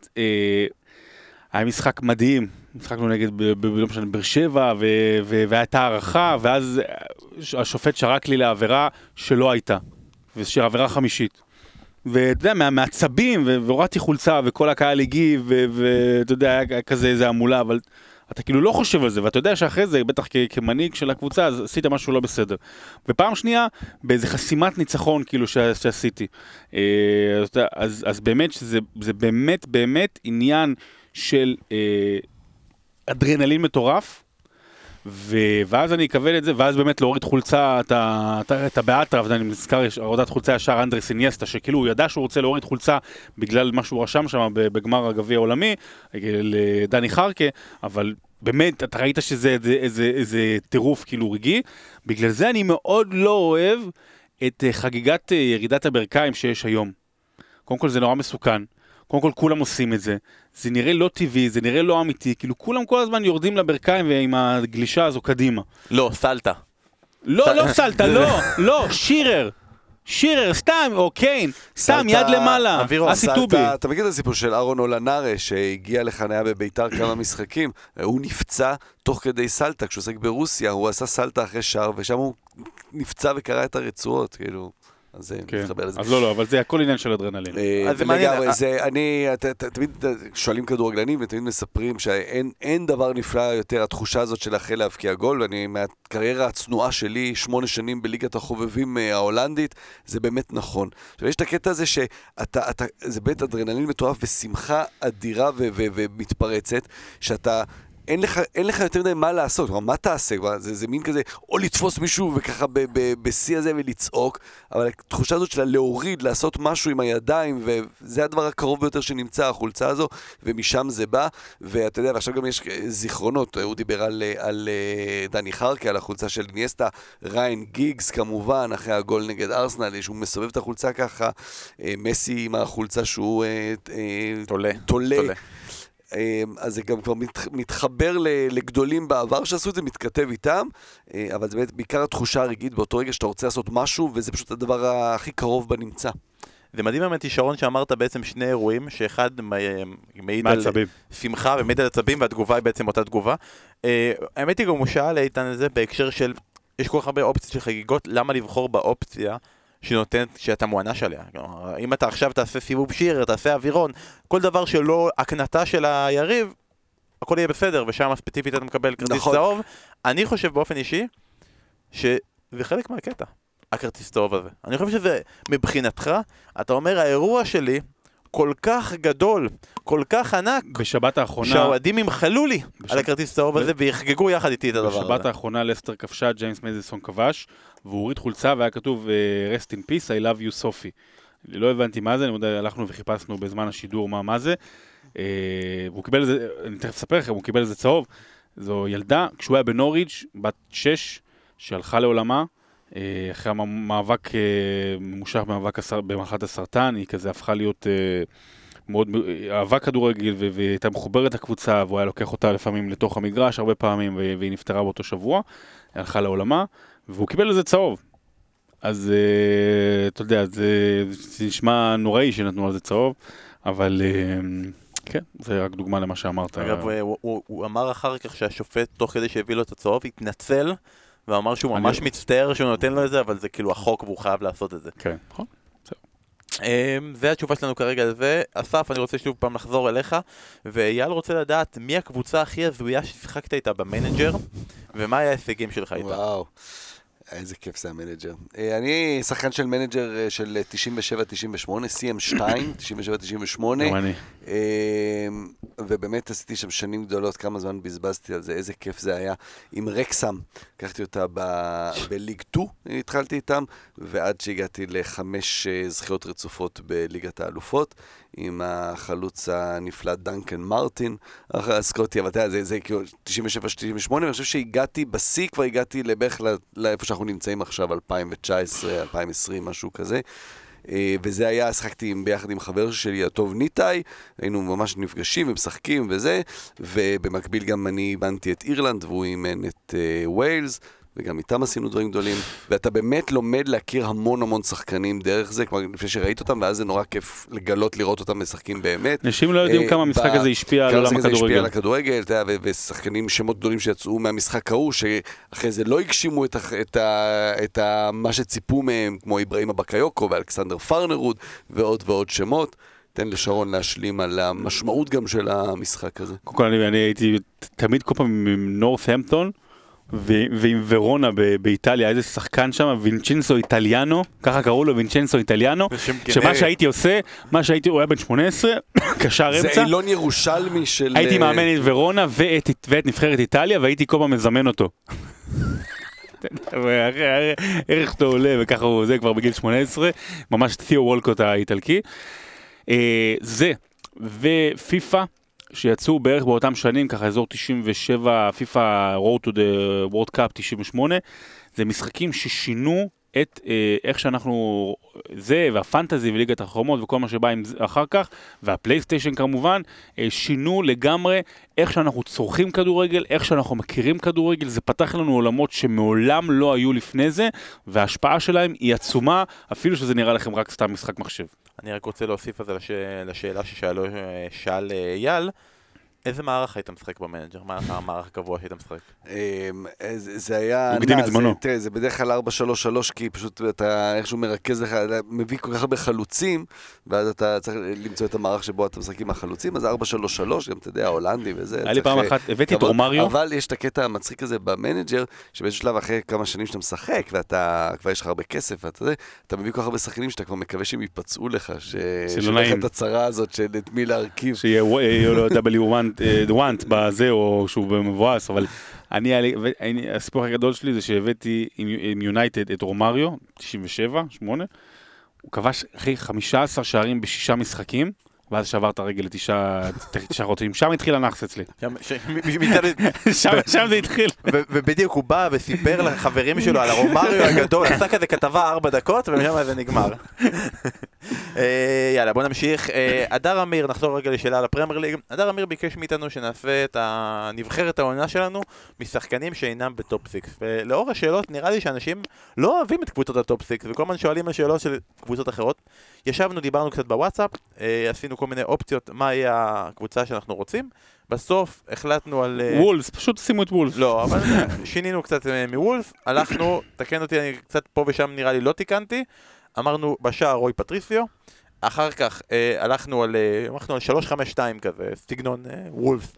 היה משחק מדהים, משחקנו נגד, לא משנה, באר שבע, והייתה הערכה, ואז השופט שרק לי לעבירה שלא הייתה, עבירה חמישית. ואתה יודע, מהצבים, והורדתי חולצה, וכל הקהל הגיב, ואתה יודע, היה כזה איזה עמולה, אבל אתה כאילו לא חושב על זה, ואתה יודע שאחרי זה, בטח כמנהיג של הקבוצה, אז עשית משהו לא בסדר. ופעם שנייה, באיזה חסימת ניצחון, כאילו, שעשיתי. אז באמת, שזה באמת עניין של אדרנלין מטורף, ואז אני אקבל את זה, ואז באמת להוריד חולצה, אתה באטרף, אני מזכר, הורדת חולצה ישר אנדרס אינייסטה, שכאילו הוא ידע שהוא רוצה להוריד חולצה בגלל מה שהוא רשם שם בגמר הגביע העולמי, לדני חרקה, אבל באמת, אתה ראית שזה איזה טירוף כאילו רגעי, בגלל זה אני מאוד לא אוהב את חגיגת ירידת הברכיים שיש היום. קודם כל זה נורא מסוכן. קודם כל כולם עושים את זה, זה נראה לא טבעי, זה נראה לא אמיתי, כאילו כולם כל הזמן יורדים לברכיים ועם הגלישה הזו קדימה. לא, סלטה. לא סלטה, לא, שירר, סתם, או קיין, סתם יד למעלה, אסי טובי. אתה מכיר את הסיפור של אהרון אולנארה שהגיע לחניה בביתר כמה משחקים, הוא נפצע תוך כדי סלטה, כשהוא עוסק ברוסיה, הוא עשה סלטה אחרי שער, ושם הוא נפצע וקרא את הרצועות, כאילו. אז זה מתחבר לזה. אז לא, אבל זה הכל עניין של אדרנלין. לגמרי, תמיד שואלים כדורגלנים ותמיד מספרים שאין דבר נפלא יותר, התחושה הזאת של אחרי להבקיע גול, ואני מהקריירה הצנועה שלי, 8 שנים בליגת החובבים ההולנדית, זה באמת נכון. יש את הקטע הזה שזה באמת אדרנלין מטורף ושמחה אדירה ומתפרצת, שאתה אין לך יותר מדי מה לעשות, מה תעשה? זה מין כזה, או לתפוס מישהו וככה בשיא הזה ולצעוק, אבל התחושה הזאת שלה להוריד, לעשות משהו עם הידיים, וזה הדבר הקרוב ביותר שנמצא, החולצה הזו, ומשם זה בא, ואתה יודע, ועכשיו גם יש זיכרונות, הוא דיבר על דני חרקה, על החולצה של אינייסטה, ריין גיגס כמובן, אחרי הגול נגד ארסנל, שהוא מסובב את החולצה ככה, מסי עם החולצה שהוא תולה. אז זה גם כבר מתחבר לגדולים בעבר שעשו את זה, מתכתב איתם, אבל זה באמת בעיקר התחושה הרגעית באותו רגע שאתה רוצה לעשות משהו, וזה פשוט הדבר הכי קרוב בנמצא. זה מדהים באמת, שרון, שאמרת בעצם שני אירועים, שאחד מעיד על שמחה ומעיד על עצבים, והתגובה היא בעצם אותה תגובה. האמת היא גם הוא שאל איתן את זה בהקשר של, יש כל כך הרבה אופציות של חגיגות, למה לבחור באופציה שנותנת, שאתה מוענש עליה. אם אתה עכשיו תעשה סיבוב שיר, תעשה אווירון, כל דבר שלא הקנתה של היריב, הכל יהיה בסדר, ושם ספציפית אתה מקבל כרטיס צהוב. אני חושב באופן אישי, שזה חלק מהקטע, הכרטיס צהוב הזה. אני חושב שזה, מבחינתך, אתה אומר, האירוע שלי כל כך גדול, כל כך ענק, בשבת האחרונה, שהאוהדים ימחלו לי על הכרטיס צהוב הזה, ויחגגו יחד איתי את הדבר הזה. בשבת האחרונה לסטר כבשה, ג'יימס מדיסון כבש, והוא הוריד חולצה והיה כתוב Rest in Peace, I love you סופי. לא הבנתי מה זה, אני יודע, הלכנו וחיפשנו בזמן השידור מה זה. והוא קיבל איזה, אני תכף אספר לכם, הוא קיבל איזה צהוב. זו ילדה, כשהוא היה בנוריץ', בת 6, שהלכה לעולמה, אחרי המאבק ממושך במחלת הסרטן, היא כזה הפכה להיות מאוד אהבה כדורגל, והייתה מחוברת הקבוצה, והוא היה לוקח אותה לפעמים לתוך המגרש, הרבה פעמים, והיא נפטרה באותו שבוע, הלכה לעולמה, והוא קיבל איזה צהוב. אז אתה יודע, זה נשמע נוראי שנתנו על זה צהוב, אבל כן, זה רק דוגמה למה שאמרת. אגב, הוא אמר אחר כך שהשופט, תוך כדי שהביא לו את הצהוב, התנצל, ואמר שהוא ממש מצטער שהוא נותן לו את זה, אבל זה כאילו החוק והוא חייב לעשות את זה. כן, נכון. זה התשובה שלנו כרגע על זה. אסף, אני רוצה שוב פעם לחזור אליך, ואייל רוצה לדעת מי הקבוצה הכי הזויה ששיחקת איתה במנג'ר, ומה היה ההישגים שלך איתה. וואו. איזה כיף זה המנג'ר. אני שחקן של מנג'ר של 97-98, CM2, 97-98. גם אני. ובאמת עשיתי שם שנים גדולות, כמה זמן בזבזתי על זה, איזה כיף זה היה. עם רקסם, לקחתי אותה בליג 2, התחלתי איתם, ועד שהגעתי ל5 זכיות רצופות בליגת האלופות, עם החלוץ הנפלא דנקן מרטין, הסקוטי, אבל אתה יודע, זה כאילו 97-98, ואני חושב שהגעתי בשיא, כבר הגעתי לבערך לאיפה שאנחנו נמצאים עכשיו, 2019, 2020, משהו כזה. וזה היה, שחקתי ביחד עם חבר שלי, הטוב ניטאי, היינו ממש נפגשים ומשחקים וזה, ובמקביל גם אני בנתי את אירלנד, והוא אימן את ווילס, וגם איתם עשינו דברים גדולים, ואתה באמת לומד להכיר המון שחקנים דרך זה, כלומר, לפני שראית אותם, ואז זה נורא כיף לגלות לראות אותם משחקים באמת. אנשים לא יודעים כמה המשחק הזה השפיע על עולם הכדורגל. השפיע על הכדורגל, ושחקנים, שמות גדולים שיצאו מהמשחק ההוא, שאחרי זה לא הגשימו את מה שציפו מהם, כמו איברהים בקיוקו ואלכסנדר פרנרוד, ועוד שמות. תן לשרון להשלים על המשמעות גם של המשחק הזה. קודם כל, אני הייתי תמיד כל פעם עם נורת'המפטון, ועם ורונה באיטליה, איזה שחקן שם, וינצ'נסו איטליאנו, ככה קראו לו, וינצ'נסו איטליאנו, שמה שהייתי עושה, הוא היה בן 18, קשר אמצע. זה אילון ירושלמי של... הייתי מאמן את ורונה ואת נבחרת איטליה, והייתי כל פעם מזמן אותו. ערך שאתה עולה, וככה הוא זה כבר בגיל 18, ממש תיאו וולקוט האיטלקי. זה, ופיפה, שיצאו בערך באותם שנים, ככה אזור 97, פיפה Road to the World Cup 98, זה משחקים ששינו את איך שאנחנו, זה והפנטזי וליגת החומות וכל מה שבא עם אחר כך, והפלייסטיישן כמובן, שינו לגמרי איך שאנחנו צורכים כדורגל, איך שאנחנו מכירים כדורגל, זה פתח לנו עולמות שמעולם לא היו לפני זה, וההשפעה שלהם היא עצומה, אפילו שזה נראה לכם רק סתם משחק מחשב. אני רק רוצה להוסיף על זה לשאלה ששאל אייל, איזה מערך היית משחק במנג'ר? מה המערך הקבוע שהיית משחק? זה היה... הוא קדים את זמנו. זה בדרך כלל 4-3-3, כי פשוט אתה איכשהו מרכז לך, מביא כל כך הרבה חלוצים, ואז אתה צריך למצוא את המערך שבו אתה משחק עם החלוצים, אז 4-3-3, גם אתה יודע, ההולנדי וזה. היה לי פעם אחת, הבאתי את רומריו. אבל יש את הקטע המצחיק הזה במנג'ר, שבאיזשהו שלב אחרי כמה שנים שאתה משחק, ואתה כבר יש לך הרבה כסף, ואתה מביא כל כך הרבה שחקנים שאתה כבר מקווה שהם ייפצעו לך, שלך את הצרה הזאת של את מי להרכיב. שיהיה W1 בזה, או שהוא במבואס, אבל הסיפור הגדול שלי זה שהבאתי עם יונייטד את רומריו, 97, 8, הוא כבש אחרי 15 שערים ב6 משחקים, ואז שבר את הרגל ל9 חודשים, שם התחיל הנחס אצלי. שם זה התחיל. ובדיוק הוא בא וסיפר לחברים שלו על הרומריו הגדול, עשה כזה כתבה 4 דקות, ומשם זה נגמר. יאללה, בוא נמשיך. אדר אמיר, נחזור רגע לשאלה על הפרמייר ליג. אדר אמיר ביקש מאיתנו שנעשה את הנבחרת העונה שלנו משחקנים שאינם בטופ 6. ולאור השאלות נראה לי שאנשים לא אוהבים את קבוצות הטופ 6, וכל הזמן שואלים על שאלות של קבוצות אחרות. ישבנו, דיברנו קצת בוואטסאפ, עשינו כל מיני אופציות, מהי הקבוצה שאנחנו רוצים. בסוף החלטנו על... וולס, פשוט שימו את וולס. לא, אבל שינינו קצת מוולס, הלכנו, תקן אותי, אני קצת פה ושם נראה לי לא תיקנתי, אמרנו בשער רוי פטריסיו, אחר כך הלכנו על 3-5-2 כזה, סגנון וולס.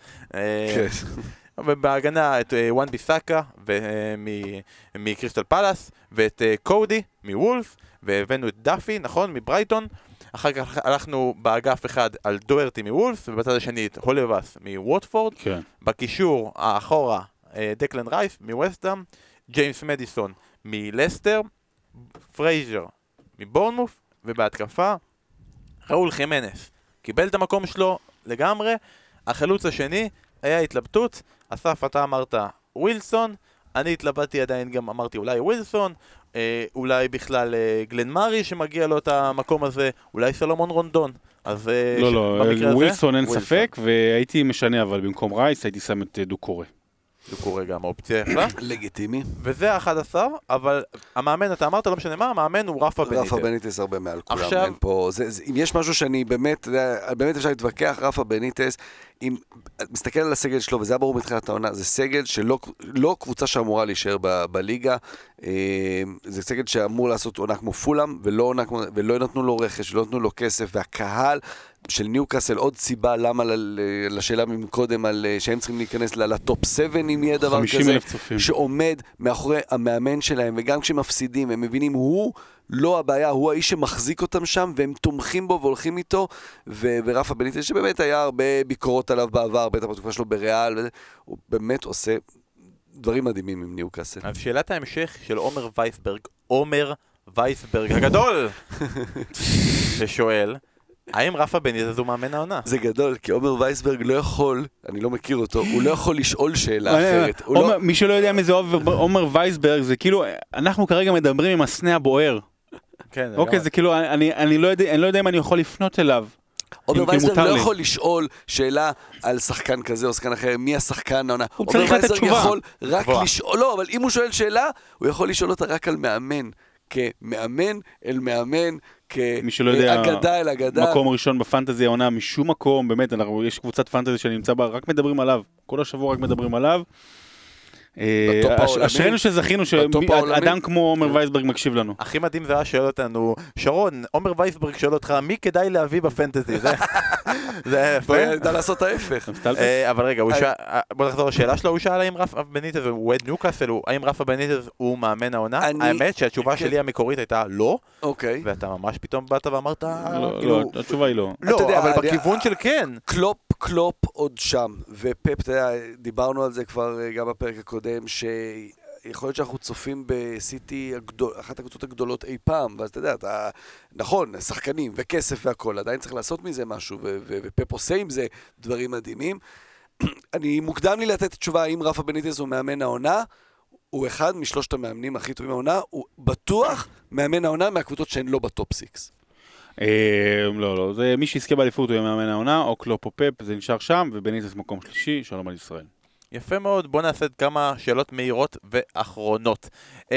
ובהגנה את וואן ביסאקה מקריסטל פלאס, ואת קודי מוולס, והבאנו את דאפי, נכון, מברייטון. אחר כך הלכנו באגף אחד על דוארטי מוולס, ובצד השני את הולבאס מווטפורד. כן. בקישור האחורה דקלן רייס מווסטהאם, ג'יימס מדיסון מלסטר, פרייזר מבורנמוף, ובהתקפה ראול חימנס קיבל את המקום שלו לגמרי. החלוץ השני היה התלבטות, אסף אתה אמרת ווילסון, אני התלבטתי עדיין גם אמרתי אולי ווילסון, אולי בכלל גלן מארי שמגיע לו את המקום הזה, אולי סלומון רונדון. אז לא, ווילסון אין ספק, והייתי משנה, אבל במקום רייס הייתי שם את דוקורי. דוקורי גם האופציה יפה. לגיטימי. וזה 11, אבל המאמן, אתה אמרת, לא משנה מה, המאמן הוא רפה בניטס. רפה בניטס הרבה מעל כולם. עכשיו... אם יש משהו שאני באמת אפשר להתווכח, רפה בניטס, אם מסתכל על הסגל שלו, וזה היה ברור בתחילת העונה, זה סגל שלא קבוצה שאמורה להישאר בליגה, זה סגל שאמור לעשות עונה כמו פולאם, ולא נתנו לו רכש, ולא נתנו לו כסף, והקהל של ניוקאסל, עוד סיבה למה לשאלה מקודם, שהם צריכים להיכנס לטופ 7, אם יהיה דבר כזה, שעומד מאחורי המאמן שלהם, וגם כשהם מפסידים, הם מבינים, הוא לא הבעיה, הוא האיש שמחזיק אותם שם, והם תומכים בו והולכים איתו, ורפה בניטז, שבאמת היה הרבה ביקורות עליו בעבר, בטח בתקופה שלו בריאל, הוא באמת עושה דברים מדהימים עם ניוקאסל. אז שאלת ההמשך של עומר וייסברג הגדול, ששואל, האם רפה בניטז הוא מאמן העונה? זה גדול, כי עומר וייסברג לא יכול, אני לא מכיר אותו, הוא לא יכול לשאול שאלה אחרת. מי שלא יודע מי זה עומר וייסברג, זה כאילו, אנחנו כרגע מדברים עם הסנה הבוער. אוקיי, זה כאילו, אני לא יודע אם אני יכול לפנות אליו. עומר וייסברג לא יכול לשאול שאלה על שחקן כזה או שחקן אחר, מי השחקן העונה. הוא צריך לתת תשובה. יכול רק לשאול, לא, אבל אם הוא שואל שאלה, הוא יכול לשאול אותה רק על מאמן. כמאמן אל מאמן, כאגדה אל אגדה. מקום ראשון בפנטזי העונה, משום מקום, באמת, יש קבוצת פנטזי שנמצא בה, רק מדברים עליו, כל השבוע רק מדברים עליו. אשרינו שזכינו שאדם כמו עומר וייסברג מקשיב לנו. הכי מדהים זה היה שואל אותנו, שרון, עומר וייסברג שואל אותך, מי כדאי להביא בפנטזי? זה יפה. ידע לעשות ההפך. אבל רגע, בוא נחזור לשאלה שלו, הוא שאל האם רפה בניטז הוא וייד ניוקאסל, האם רפה בניטז הוא מאמן העונה? האמת שהתשובה שלי המקורית הייתה לא, ואתה ממש פתאום באת ואמרת, לא, התשובה היא לא. לא, אבל בכיוון של כן. קלופ עוד שם, ופפ, אתה יודע, דיברנו על זה כבר גם בפרק הקודם, שיכול להיות שאנחנו צופים בסיטי, אחת הקבוצות הגדולות אי פעם, ואז אתה יודע, נכון, שחקנים וכסף והכל, עדיין צריך לעשות מזה משהו, ופפ עושה עם זה דברים מדהימים. אני מוקדם לי לתת תשובה, האם רפה בניטז הוא מאמן העונה, הוא אחד משלושת המאמנים הכי טובים העונה, הוא בטוח מאמן העונה מהקבוצות שהן לא בטופ 6. לא, זה מי שיזכה באליפות הוא יהיה מאמן העונה, או קלופ או פפ, זה נשאר שם, ובניטז מקום שלישי, שלום על ישראל. יפה מאוד, בוא נעשה כמה שאלות מהירות ואחרונות.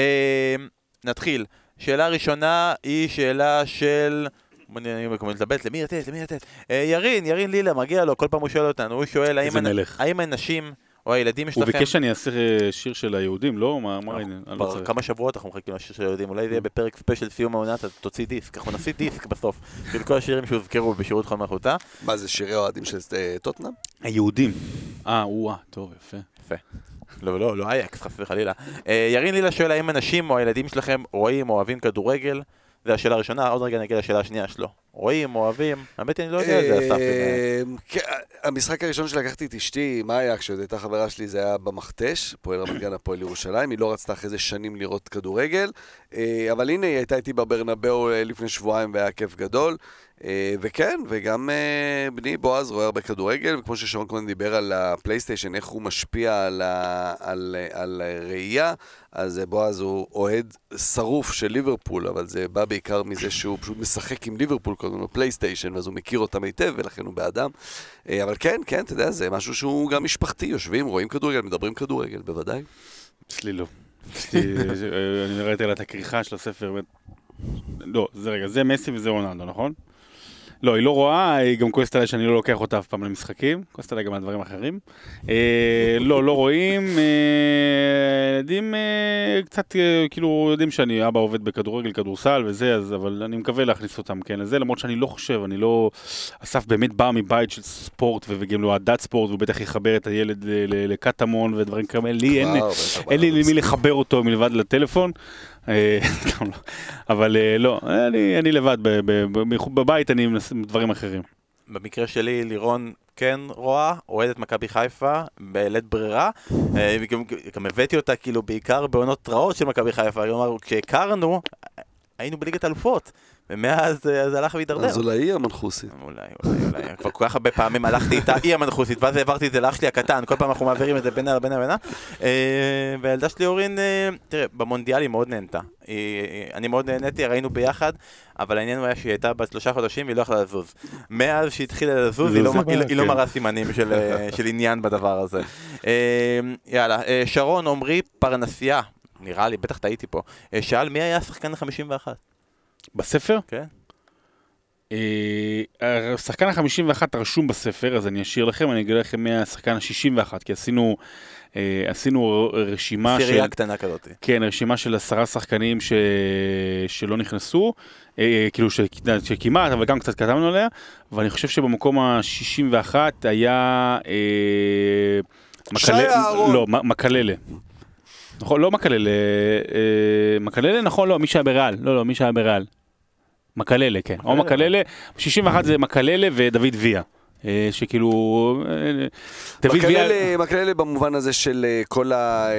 נתחיל. שאלה ראשונה היא שאלה של... אני מתלבט, למי לתת? ירין לילה, מגיע לו, כל פעם הוא שואל אותנו, הוא שואל האם האנשים... או הילדים שלכם... הוא ביקש שאני אעשה שיר של היהודים, לא? מה ראינו? כמה שבועות אנחנו מחכים לשיר של היהודים, אולי זה יהיה בפרק ספיישל סיום העונה, אתה תוציא דיסק, אנחנו נעשה דיסק בסוף, של כל השירים שהוזכרו בשירות חול מלכותה. מה זה, שירי אוהדים של טוטנהאם? היהודים. טוב, יפה. לא אייקס, חס וחלילה. ירין לילה שואל האם אנשים או הילדים שלכם רואים או אוהבים כדורגל? זה השאלה הראשונה, עוד רגע נגיע לשאלה השנייה שלו. רואים, אוהבים, האמת אני לא יודע על זה, אסף. המשחק הראשון שלקחתי את אשתי, מאיה, כשעוד הייתה חברה שלי, זה היה במכתש, פועל רמת גן, הפועל ירושלים, היא לא רצתה אחרי זה שנים לראות כדורגל, אבל הנה, היא הייתה איתי בברנבאו לפני שבועיים, והיה כיף גדול, וכן, וגם בני בועז רואה הרבה כדורגל, וכמו ששרון קודם דיבר על הפלייסטיישן, איך הוא משפיע על ראייה, אז בועז הוא אוהד שרוף של ליברפול, אבל זה בא בעיקר מזה שהוא פשוט משחק עם ליברפול, קודם בפלייסטיישן, ואז הוא מכיר אותם היטב, ולכן הוא באדם. אבל כן, אתה יודע, זה משהו שהוא גם משפחתי, יושבים, רואים כדורגל, מדברים כדורגל, בוודאי. אצלי לא. אני ראיתי על את הכריכה של הספר, לא, זה מסי וזה רונלדו, נכון? לא, היא לא רואה, היא גם כועסת עליי שאני לא לוקח אותה אף פעם למשחקים, כועסת עליי גם על דברים אחרים. לא רואים, ילדים קצת כאילו יודעים שאני אבא עובד בכדורגל, כדורסל וזה, אבל אני מקווה להכניס אותם כן לזה, למרות שאני לא חושב, אסף באמת בא מבית של ספורט וגם לו עדת ספורט, והוא בטח יחבר את הילד לקטמון ודברים כאלה, אין לי למי לחבר אותו מלבד לטלפון. אבל לא, אני לבד, בבית אני מנסה דברים אחרים. במקרה שלי לירון כן רואה, אוהדת מכבי חיפה בלית ברירה, גם הבאתי אותה כאילו בעיקר בעונות רעות של מכבי חיפה, כלומר כשהכרנו היינו בליגת אלופות, ומאז זה הלך והידרדר. אז אולי היא המנחוסית. אולי. כבר כל כך הרבה פעמים הלכתי איתה, היא המנחוסית, ואז העברתי את זה לאח שלי הקטן, כל פעם אנחנו מעבירים את זה בינה. והילדה שלי אורין, תראה, במונדיאל היא מאוד נהנתה. אני מאוד נהניתי, ראינו ביחד, אבל העניין היה שהיא הייתה בת 3 חודשים, והיא לא יכלה לזוז. מאז שהתחילה לזוז, היא לא מראה סימנים של עניין בדבר הזה. יאללה, שרון עומרי פרנסיה, נראה לי, בטח טעיתי פה, שאל מי היה השחקן ה-51? בספר? כן. השחקן ה-51 רשום בספר, אז אני אשאיר לכם, אני אגיד לכם מהשחקן ה-61, כי עשינו רשימה סירייה קטנה כזאת. כן, רשימה של 10 שחקנים שלא נכנסו, כאילו שכמעט, אבל גם קצת כתבנו עליה, ואני חושב שבמקום ה-61 היה מקללה. נכון, לא מקללה, מקללה, נכון, לא, מי שהיה בריאל, לא, מי שהיה בריאל. מקללה, כן, או מקללה, 61 זה מקללה ודוד ויה. שכאילו מקללה במובן הזה של כל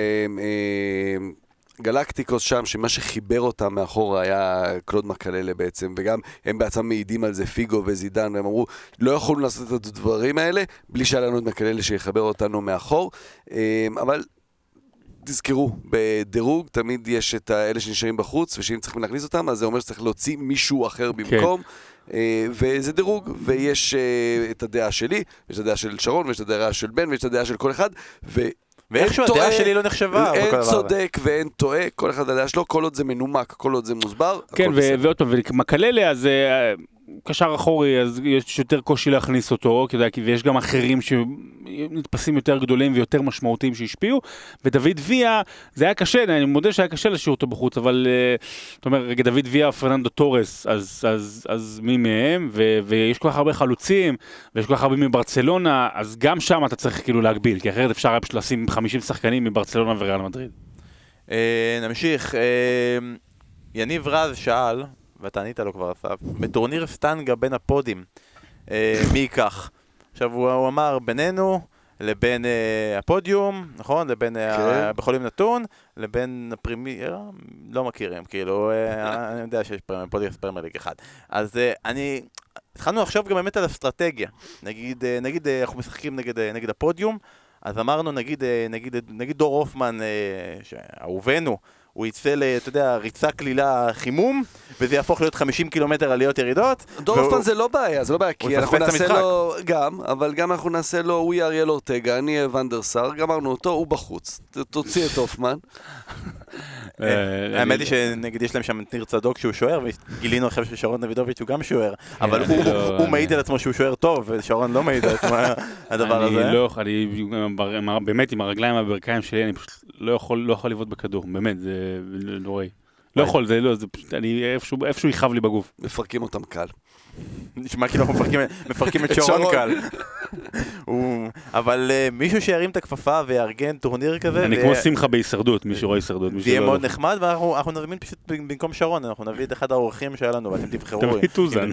הגלקטיקוס שם, שמה שחיבר אותם מאחור היה קלוד מקללה בעצם, וגם הם בעצם מעידים על זה, פיגו וזידן, והם אמרו, לא יכולנו לעשות את הדברים האלה, בלי שהיה לנו את מקללה שיחבר אותנו מאחור, אבל תזכרו, בדירוג תמיד יש את האלה שנשארים בחוץ, ושאם צריכים להכניס אותם, אז זה אומר שצריך להוציא מישהו אחר במקום, וזה דירוג, ויש את הדעה שלי, ויש את הדעה של שרון, ויש את הדעה של בן, ויש את הדעה של כל אחד, ואיכשהו הדעה שלי לא נחשבה. אין צודק ואין טועה, כל אחד הדעה שלו, כל עוד זה מנומק, כל עוד זה מוסבר. כן, ועוד פעם, ומקללה, אז קשר אחורי, אז יש יותר קושי להכניס אותו, ויש גם אחרים שנתפסים יותר גדולים ויותר משמעותיים שהשפיעו, ודוד ויה, זה היה קשה, אני מודה שהיה קשה לשאיר אותו בחוץ, אבל, זאת אומרת, רגע, דוד ויה, פרננדו טורס, אז מי מהם, ויש כל כך הרבה חלוצים, ויש כל כך הרבה מברצלונה, אז גם שם אתה צריך כאילו להגביל, כי אחרת אפשר פשוט לשים 50 שחקנים מברצלונה וריאל מדריד. נמשיך, יניב רז שאל, ואתה ענית לו כבר אסף, בטורניר סטנגה בין הפודים, מי ייקח? עכשיו הוא אמר בינינו לבין הפודיום, נכון? לבין בחולים נתון, לבין הפרימייר, לא מכירים, כאילו, אני יודע שיש פודיום פרמייר ליג אחד. אז התחלנו לחשוב גם באמת על אסטרטגיה. נגיד אנחנו משחקים נגד הפודיום, אז אמרנו נגיד דור הופמן, שאהובנו, הוא יצא אתה יודע, ריצה כלילה חימום, וזה יהפוך להיות 50 קילומטר עליות ירידות. דור הופמן זה לא בעיה, כי אנחנו נעשה לו גם, אבל גם אנחנו נעשה לו, הוא יהיה אריאל אורטגה, אני אהיה ונדרסאר, גמרנו אותו, הוא בחוץ. תוציא את הופמן. האמת היא שנגיד יש להם שם את ניר צדוק שהוא שוער, וגילינו עכשיו ששרון דוידוביץ' הוא גם שוער, אבל הוא מעיד על עצמו שהוא שוער טוב, ושרון לא מעיד על עצמו הדבר הזה. אני לא יכול, באמת עם הרגליים והברכיים שלי, אני פשוט לא יכול לבעוט בכדור, באמת, זה נוראי. לא יכול, זה פשוט, איפשהו יחב לי בגוף. מפרקים אותם קל. נשמע כאילו אנחנו מפרקים את שרון קל. אבל מישהו שירים את הכפפה ויארגן טורניר כזה. אני כמו שמחה בהישרדות, מי שרואה הישרדות. זה יהיה מאוד נחמד, ואנחנו נזמין פשוט במקום שרון, אנחנו נביא את אחד האורחים שהיה לנו, ואתם תבחרו. תביא טוזן.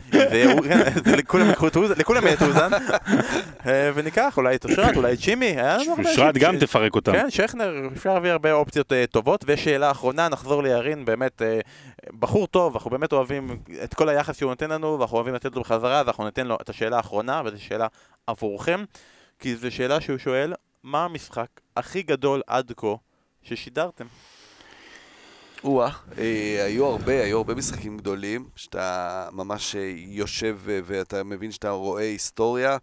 לכולם יהיה טוזן. וניקח, אולי את אושרת, אולי את שימי. אושרת גם תפרק אותם. כן, שכנר, אפשר להביא הרבה אופציות טובות. ושאלה אחרונה, נחזור לירין, באמת בחור טוב, אנחנו באמת אוהבים את כל היחס שהוא נותן לנו, ואנחנו אוהבים לתת לו בחזרה, ואנחנו ניתן לו את השאלה האחרונה, וזו שאלה עבורכם, כי זו שאלה שהוא שואל, מה המשחק הכי גדול עד כה ששידרתם? היו הרבה משחקים גדולים, שאתה ממש יושב ואתה מבין שאתה רואה היסטוריה.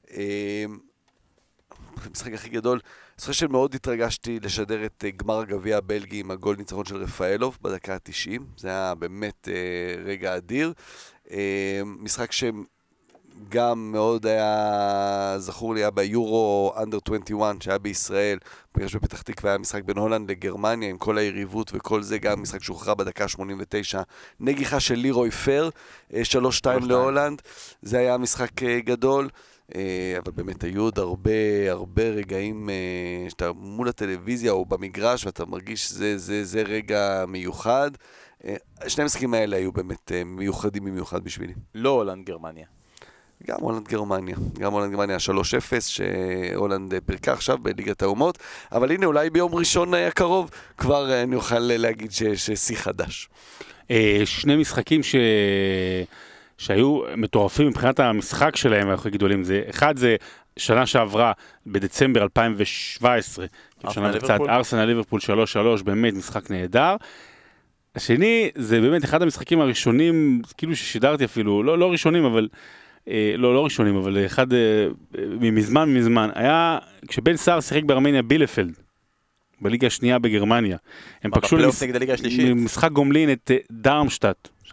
המשחק הכי גדול, אני חושב שמאוד התרגשתי לשדר את גמר הגביע הבלגי עם הגול ניצחון של רפאלוב בדקה ה-90, זה היה באמת רגע אדיר. משחק שגם מאוד היה זכור לי, היה ביורו אנדר 21 שהיה בישראל, פגש בפתח תקווה, היה משחק בין הולנד לגרמניה עם כל היריבות וכל זה, גם משחק שהוכרע בדקה 89, נגיחה של לירוי פר, 3-2 להולנד, זה היה משחק גדול. אבל באמת היו עוד הרבה רגעים שאתה מול הטלוויזיה או במגרש ואתה מרגיש שזה רגע מיוחד. שני המשחקים האלה היו באמת מיוחדים במיוחד בשבילי. לא הולנד גרמניה. גם הולנד גרמניה 3-0 שהולנד פרקה עכשיו בליגת האומות, אבל הנה אולי ביום ראשון הקרוב כבר אני אוכל להגיד ששיא חדש. שני משחקים שהיו מטורפים מבחינת המשחק שלהם הכי גדולים, אחד זה שנה שעברה בדצמבר 2017, ארסנל ליברפול 3-3, באמת משחק נהדר. השני זה באמת אחד המשחקים הראשונים, כאילו ששידרתי אפילו, לא ראשונים אבל, לא ראשונים, אבל אחד מזמן, היה כשבן סער שיחק בארמניה בילפלד, בליגה השנייה בגרמניה. הם פגשו נגד הליגה השלישית. משחק גומלין את דרמשטאט.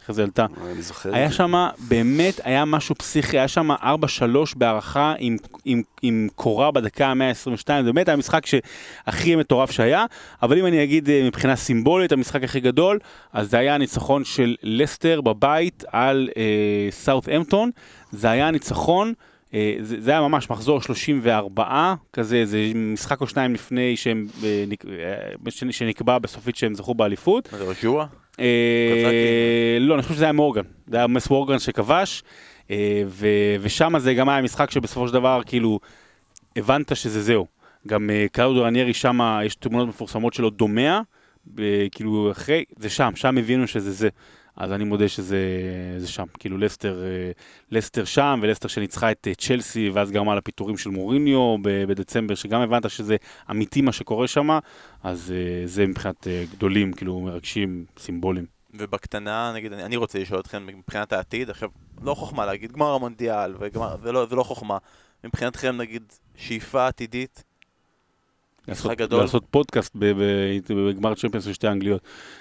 אחרי זה עלתה. אני זוכר. היה שם, באמת, היה משהו פסיכי, היה שם 4-3 בהערכה עם קורה בדקה ה-122, זה באמת היה המשחק שהכי מטורף שהיה, אבל אם אני אגיד מבחינה סימבולית, המשחק הכי גדול, אז זה היה הניצחון של לסטר בבית על סאות'המפטון, זה היה הניצחון, זה היה ממש מחזור 34, כזה, זה משחק או שניים לפני שנקבע בסופית שהם זכו באליפות. זה רשוע? לא, אני חושב שזה היה מורגן, זה היה מס מורגן שכבש, ושם זה גם היה משחק שבסופו של דבר, כאילו, הבנת שזה זהו. גם קלאודיו רניירי שם, יש תמונות מפורסמות שלו דומע, כאילו אחרי, זה שם הבינו שזה זה. אז אני מודה שזה שם, כאילו לסטר שם, ולסטר שניצחה את צ'לסי, ואז גם על הפיטורים של מוריניו בדצמבר, שגם הבנת שזה אמיתי מה שקורה שם, אז זה מבחינת גדולים, כאילו מרגשים, סימבולים. ובקטנה, נגיד, אני רוצה לשאול אתכם מבחינת העתיד, עכשיו, לא חוכמה להגיד, גמר המונדיאל, זה לא חוכמה. מבחינתכם, נגיד, שאיפה עתידית, משחק גדול. לעשות פודקאסט בגמר צ'מפיונס של שתי האנגליות.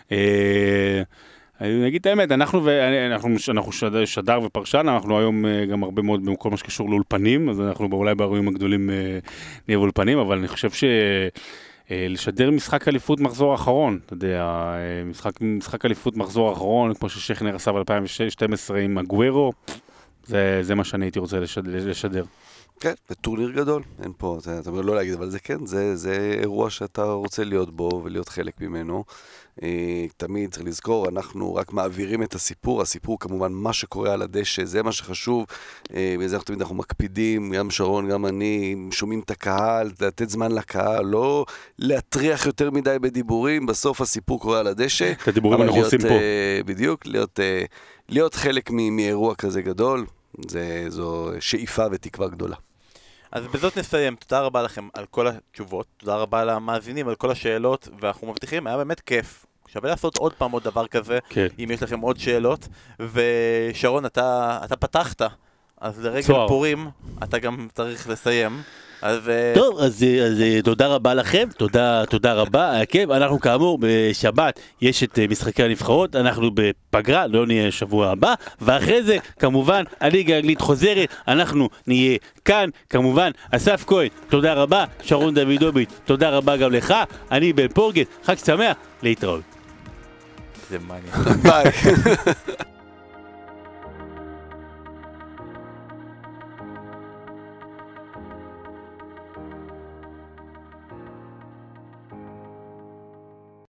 אני אגיד את האמת, אנחנו שדר ופרשן, אנחנו היום גם הרבה מאוד בכל מה שקשור לאולפנים, אז אנחנו אולי באירועים הגדולים נהיה באולפנים, אבל אני חושב לשדר משחק אליפות מחזור האחרון, אתה יודע, משחק אליפות מחזור האחרון, כמו ששכנר עשה ב-2012 עם אגוארו, זה מה שאני הייתי רוצה לשדר. כן, זה טורניר גדול, אין פה, אתה אומר לא להגיד, אבל זה כן, זה אירוע שאתה רוצה להיות בו ולהיות חלק ממנו. תמיד צריך לזכור, אנחנו רק מעבירים את הסיפור כמובן מה שקורה על הדשא, זה מה שחשוב, בזה תמיד אנחנו מקפידים, גם שרון, גם אני, שומעים את הקהל, לתת זמן לקהל, לא להטריח יותר מדי בדיבורים, בסוף הסיפור קורה על הדשא. את הדיבורים אנחנו עושים פה. בדיוק, להיות חלק מאירוע כזה גדול, זו שאיפה ותקווה גדולה. אז בזאת נסיים, תודה רבה לכם על כל התשובות, תודה רבה למאזינים על כל השאלות, ואנחנו מבטיחים, היה באמת כיף. שווה לעשות עוד פעם עוד דבר כזה, כן. אם יש לכם עוד שאלות. ושרון, אתה פתחת, אז לרגל פורים, אתה גם צריך לסיים. טוב, אז תודה רבה לכם, תודה רבה. כן, אנחנו כאמור בשבת יש את משחקי הנבחרות, אנחנו בפגרה, לא נהיה שבוע הבא, ואחרי זה כמובן הליגה האנגלית חוזרת, אנחנו נהיה כאן, כמובן אסף כהן, תודה רבה, שרון דוידוביץ', תודה רבה גם לך, אני בן פורגט, חג שמח, להתראות. זה מעניין. ביי.